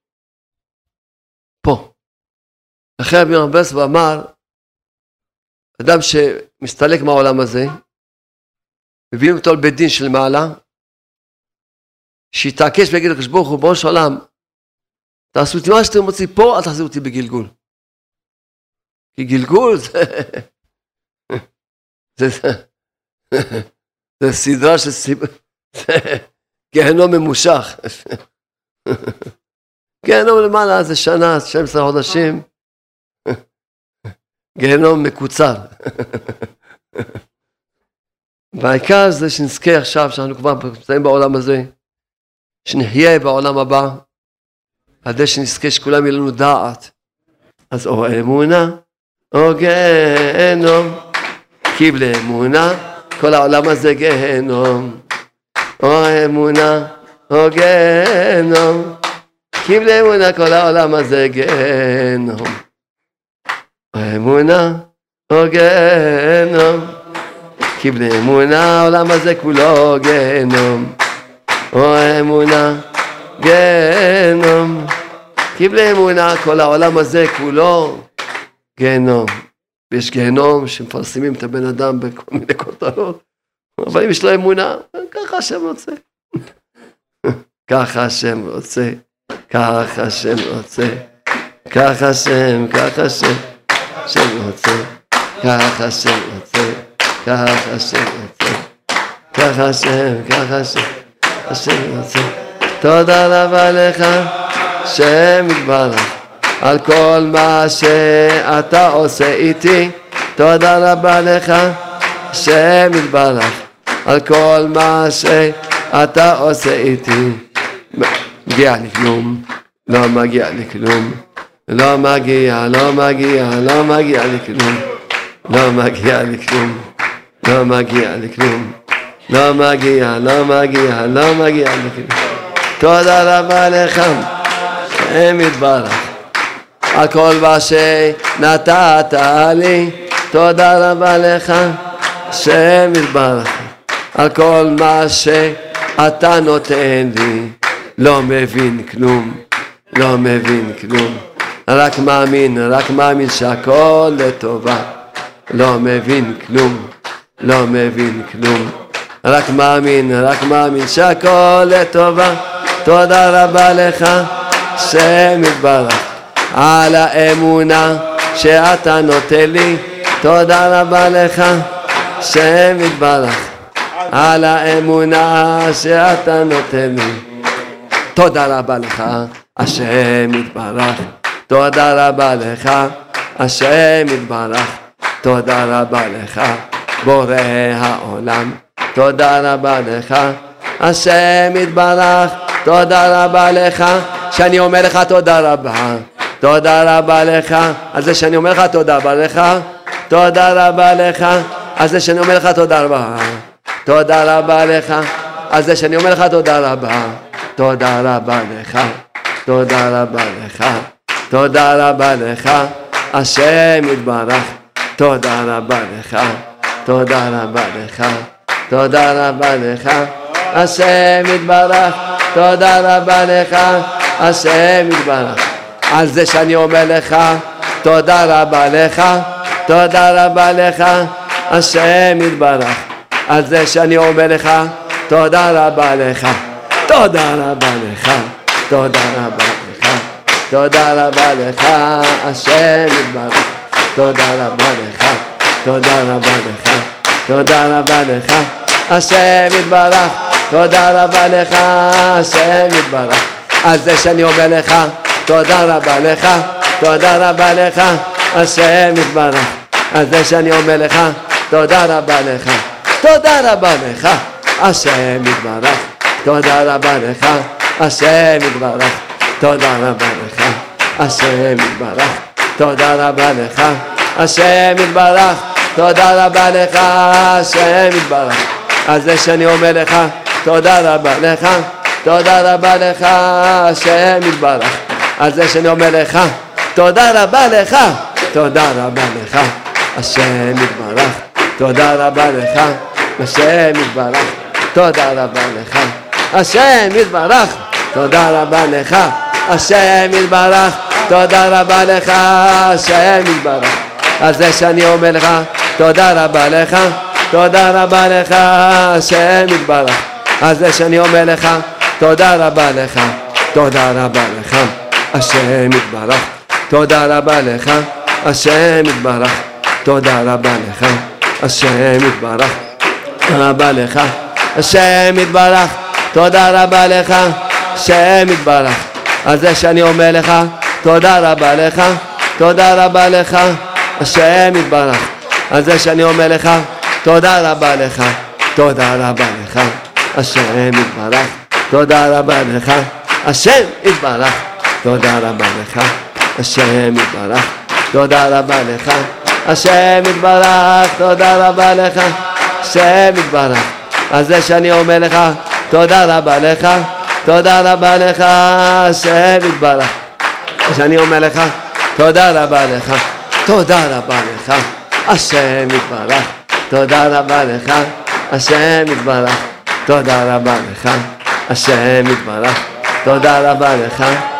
פה. אחרי רבי רבס ואמר, אדם שמסתלק מהעולם הזה, מביאים אותו לבית דין של מעלה, שיתעקש ויגיד לקדוש ברוך הוא, בראש העולם, תעשו אותי מה שאתם רוצים פה, אל תחזירו אותי בגלגול. כי גלגול זה, זה, זה, זה סדרה של גיהנום ממושך. גיהנום למעלה זה שנה, שנים עשר חודשים, גיהנום מקוצר. והעיקר זה שנזכה עכשיו, שאנחנו כבר נמצאים בעולם הזה, שנחיה בעולם הבא, עד שנזכה שכולם יהיה לנו דעת. אז או אמונה, או גיהנום, קיבל אמונה, כל העולם הזה גיהנום. או אמונה, או גיהנום, קיבל אמונה, כל העולם הזה גיהנום. או אמונה, או גיהנום, קיבל אמונה, העולם הזה כולו גיהנום. או אמונה, גיהנום, קיבל אמונה, כל העולם הזה כולו גיהנום. ויש גיהנום שמפרסמים את הבן אדם בכל מיני כותרות, אבל אם יש לו אמונה, ככה השם רוצה. ככה השם רוצה, ככה השם רוצה, ככה השם, ככה השם, השם רוצה, ככה השם רוצה, ככה השם רוצה, ככה השם, ככה השם, השם רוצה. תודה רבה לך, השם יתברך, על כל מה שאתה עושה איתי. תודה רבה לך, השם יתברך, על כל מה שאתה עושה איתי. מגיע לי כלום, לא מגיע לי כלום, לא מגיע, לא מגיע, לא מגיע לי כלום, לא מגיע לי כלום, לא מגיע לי כלום, לא מגיע, לא מגיע, לא מגיע לי כלום. תודה רבה לך, השם יתברך, על כל מה שנתת לי. תודה רבה לך, השם יתברך, על כל מה שאתה נותן לי. לא מבין כלום, לא מבין כלום, רק מאמין, רק מאמין שהכל לטובה. לא מבין כלום, לא מבין כלום, רק מאמין, רק מאמין שהכל לטובה. תודה רבה לך, השם יתברך, על האמונה שאתה נותן לי. תודה רבה לך, השם יתברך, על האמונה שאתה נותן לי. תודה רבה לך, השם יתברך, תודה רבה לך, השם יתברך, תודה רבה לך, בורא העולם. תודה רבה לך, השם יתברך, תודה רבה לך, שאני אומר לך תודה רבה. תודה רבה לך, על זה שאני אומר לך תודה רבה לך. תודה רבה לך, על זה שאני אומר לך תודה רבה. תודה רבה לך, על זה שאני אומר לך תודה רבה. תודה רבה לך, תודה רבה לך, תודה רבה לך, השם יתברך. תודה רבה לך, תודה רבה לך, תודה רבה לך, השם יתברך. תודה רבה לך, השם יתברך, על זה שאני אומר לך תודה רבה לך. תודה רבה לך, השם יתברך, על זה שאני אומר לך תודה רבה לך. תודה רבה לך, תודה רבה לך, תודה רבה לך, השם יתברך. תודה רבה לך, תודה רבה לך, תודה רבה לך, השם יתברך. תודה רבה לך, השם יתברך, על זה שאני אומר לך תודה רבה לך. תודה רבה לך, השם יתברך, על זה שאני אומר לך תודה רבה לך. תודה רבה לך, השם יתברך. תודה רבה לך, השם יתברך. תודה רבה לך, השם יתברך. תודה רבה לך, השם יתברך. תודה רבה לך, השם יתברך, על זה שאני אומר לך תודה רבה לך. תודה רבה לך, השם יתברך, על זה שאני אומר לך תודה רבה לך. תודה רבה לך, השם יתברך. תודה רבה לך, השם יתברך. תודה רבה לך, השם יתברך. תודה רבה לך, השם יתברך. תודה רבה לך, השם יתברך, על זה שאני אומר לך תודה רבה לך. תודה רבה לך, השם יתברך, על זה שאני אומר לך תודה רבה לך. תודה רבה לך, השם יתברך. תודה רבה לך, השם יתברך. תודה רבה לך, השם יתברך. רבה לך, השם יתברך. תודה רבה לך, השם יתברך, על זה שאני אומר לך תודה רבה לך. תודה רבה לך, השם יתברך, על זה שאני אומר לך תודה רבה לך. תודה רבה לך, השם יתברך. תודה רבה לך, השם יתברך. תודה רבה לך, השם יתברך. תודה רבה לך, השם יתברך. תודה רבה לך, השם יתברך, על זה שאני אומר לך תודה רבה לך. תודה רבה לך, השם יתברך, שאני אומר לך תודה רבה לך. תודה רבה לך, השם יתברך. תודה רבה לך, השם יתברך. תודה רבה לך, השם יתברך. תודה רבה לך,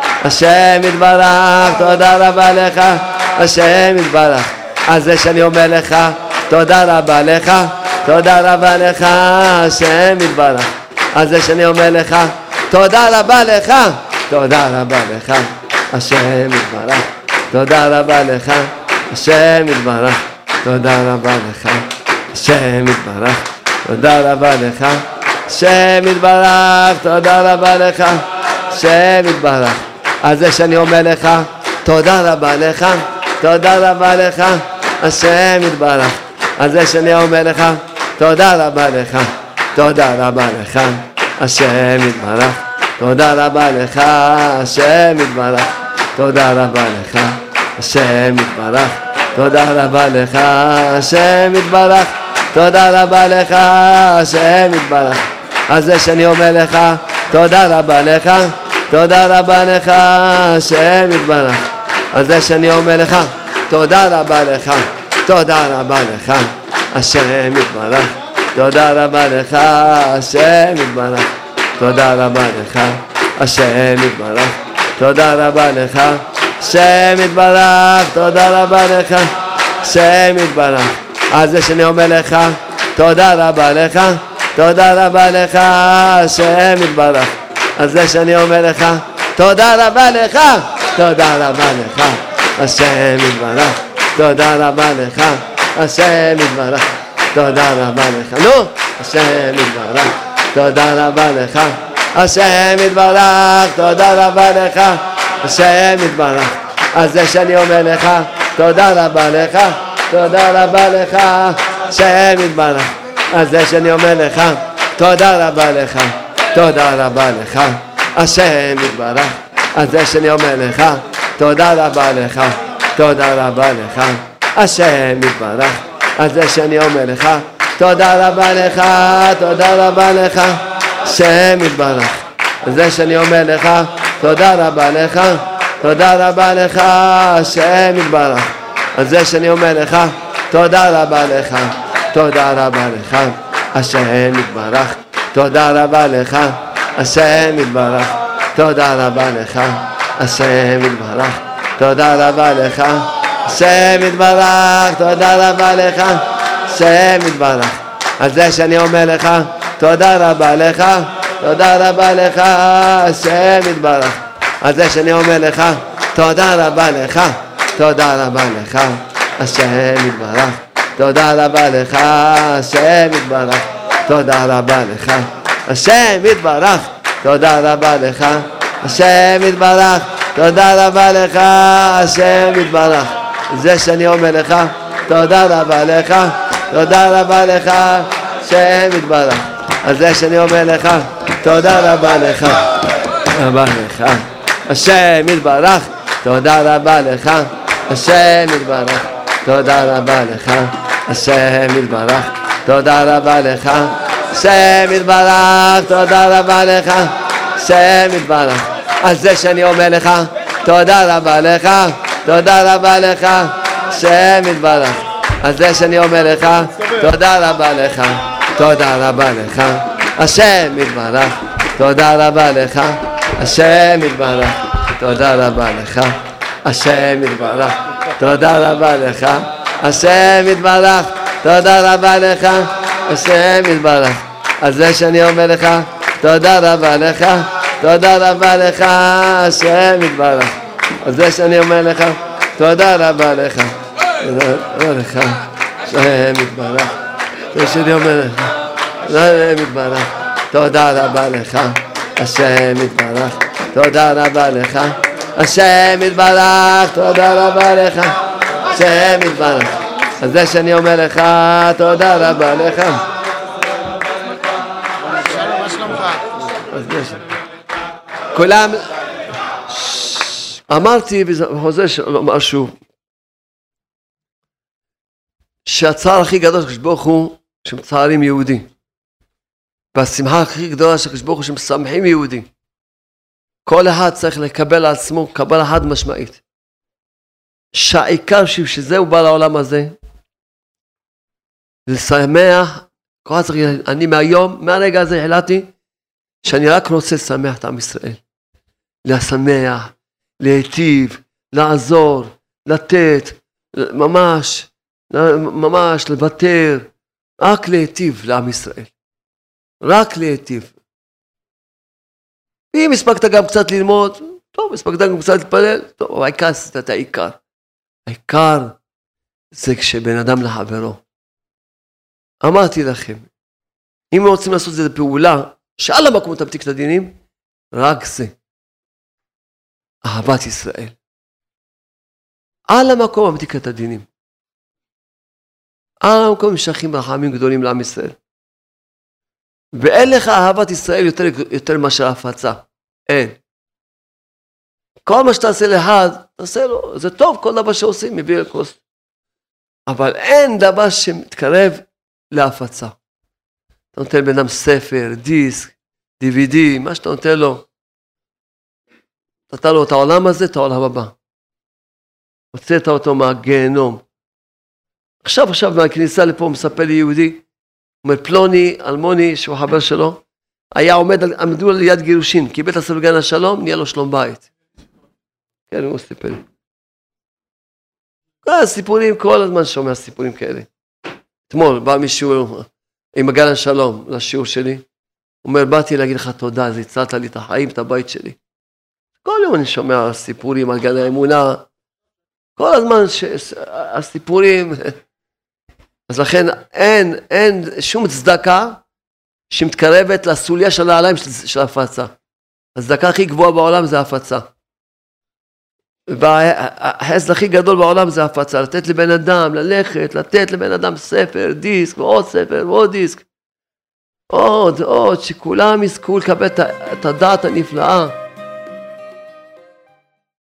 השם יתברך. תודה רבה לך, השם יתברך, על זה שאני אומר לך תודה רבה לך, תודה רבה לך, השם יתברך. על זה שאני אומר לך, תודה רבה לך, תודה רבה לך, השם יתברך. תודה רבה לך, השם יתברך. תודה רבה לך, השם יתברך. תודה רבה לך, השם יתברך. תודה רבה לך, השם יתברך. על זה שאני אומר לך, תודה רבה לך, תודה רבה לך, השם יתברך. על זה שאני אומר לך, תודה רבה לך, תודה רבה לך, השם יתברך. תודה רבה לך, השם יתברך. תודה רבה לך, השם יתברך. תודה רבה לך, השם יתברך. תודה רבה לך, השם יתברך. על זה שאני אומר לך, תודה רבה לך, תודה רבה לך, השם יתברך. על זה שאני אומר לך, תודה רבה לך, תודה רבה לך, השם יתברך. תודה רבה לך, השם יתברך. תודה רבה לך, השם יתברך. תודה רבה לך, השם יתברך. תודה רבה לך, השם יתברך. על זה שאני אומר לך, תודה רבה לך, תודה רבה לך, השם יתברך. על זה שאני אומר לך, תודה רבה לך, תודה רבה לך, השם יתברך. תודה רבה לך, השם יתברך. תודה רבה לך, נו, השם יתברך. תודה רבה לך, השם יתברך. תודה רבה לך, השם יתברך. על זה שאני אומר לך, תודה רבה לך, תודה רבה לך, השם יתברך. על זה שאני אומר לך, תודה רבה לך, תודה רבה לך, השם יתברך. על זה שאני אומר לך, תודה רבה לך, תודה רבה לך, השם יתברך. על זה שאני אומר לך, תודה רבה לך, תודה רבה לך, השם יתברך. על זה שאני אומר לך, תודה רבה לך, תודה רבה לך, השם יתברך. על זה שאני אומר לך, תודה רבה לך, תודה רבה לך, השם יתברך. תודה רבה לך, השם יתברך. תודה רבה לך, השם יתברך. תודה רבה לך, השם יתברך. תודה רבה לך, השם יתברך. על זה שאני אומר לך, תודה רבה לך, תודה רבה לך, השם יתברך. על זה שאני אומר לך, תודה רבה לך, תודה רבה לך, השם יתברך. תודה רבה לך, השם יתברך. תודה רבה לך, השם יתברך. תודה רבה לך, השם יתברך. תודה רבה לך, השם יתברך. זה שאני אומר לך, תודה רבה לך, תודה רבה לך, השם יתברך. על זה שאני אומר לך, תודה רבה לך, רבה לך, השם יתברך. תודה רבה לך, השם יתברך. תודה רבה לך, השם יתברך. תודה רבה לך, השם יתברך. תודה רבה לך, השם יתברך. על זה שאני אומר לך, תודה רבה לך, תודה רבה לך, השם יתברך. על זה שאני אומר לך, תודה רבה לך, תודה רבה לך, השם יתברך. תודה רבה לך, השם יתברך. תודה רבה לך, השם יתברך. תודה רבה לך, השם יתברך. תודה רבה לך, השם יתברך. על זה שאני אומר לך, תודה רבה לך, תודה רבה לך, השם יתברך. על זה שאני אומר לך, תודה רבה לך, תודה רבה לך, השם יתברך. זה שאני אומר לך, השם יתברך. תודה רבה לך, השם יתברך. תודה רבה לך, השם יתברך. תודה רבה לך, השם יתברך. על זה שאני אומר לך, תודה רבה לך. כולם, אמרתי וחוזר משהו, שהצער הכי גדול של הקדוש ברוך הוא שמצערים יהודי, והשמחה הכי גדולה של הקדוש ברוך הוא שמשמחים יהודי. כל אחד צריך לקבל על עצמו קבלה חד משמעית, שהעיקר שזהו בא לעולם הזה לשמח. כל אחד צריך, אני מהיום, מהרגע הזה החלטתי שאני רק רוצה לשמח את עם ישראל, לשמח, להיטיב, לעזור, לתת, ממש ממש לוותר, רק להיטיב לעם ישראל. רק להיטיב. ואם הספקת גם קצת ללמוד, טוב, הספקת גם קצת להתפלל, טוב, אבל העיקר עשית את העיקר. העיקר זה כשבן אדם לחברו. אמרתי לכם, אם רוצים לעשות את זה בפעולה, שעל המקום תמתיק את הדינים, רק זה. אהבת ישראל. על המקום תמתיק את הדינים. על המקום משכים רחמים גדולים לעם ישראל. ואין לך אהבת ישראל יותר, יותר מאשר הפצה. אין. כל מה שתעשה לאחד, תעשה לו. זה טוב, כל דבר שעושים מביא לכוס. אבל אין דבר שמתקרב להפצה. אתה נותן בן אדם ספר, דיסק, די וי די, מה שאתה נותן לו. נתן לו את העולם הזה, את העולם הבא. הוצאת אותו מהגיהנום. עכשיו, עכשיו, מהכניסה לפה, מספר לי יהודי, אומר פלוני, אלמוני, שהוא חבר שלו, היה עומד, עמדו ליד גירושין, קיבל את הספר גן השלום, נהיה לו שלום בית. כן, הוא סיפר לי. כל הסיפורים, כל הזמן שומע סיפורים כאלה. אתמול בא מישהו עם הגן השלום לשיעור שלי, הוא אומר, באתי להגיד לך תודה, זה הצעת לי את החיים, את הבית שלי. כל יום אני שומע סיפורים על גן האמונה, כל הזמן ש... הסיפורים, אז לכן אין, אין שום צדקה שמתקרבת לסוליה של העליים של, של ההפצה. הצדקה הכי גבוהה בעולם זה ההפצה. והחסד הכי גדול בעולם זה ההפצה, לתת לבן אדם, ללכת, לתת לבן אדם ספר, דיסק, ועוד ספר, ועוד דיסק. עוד, עוד, שכולם יזכו לקבל את הדעת הנפלאה.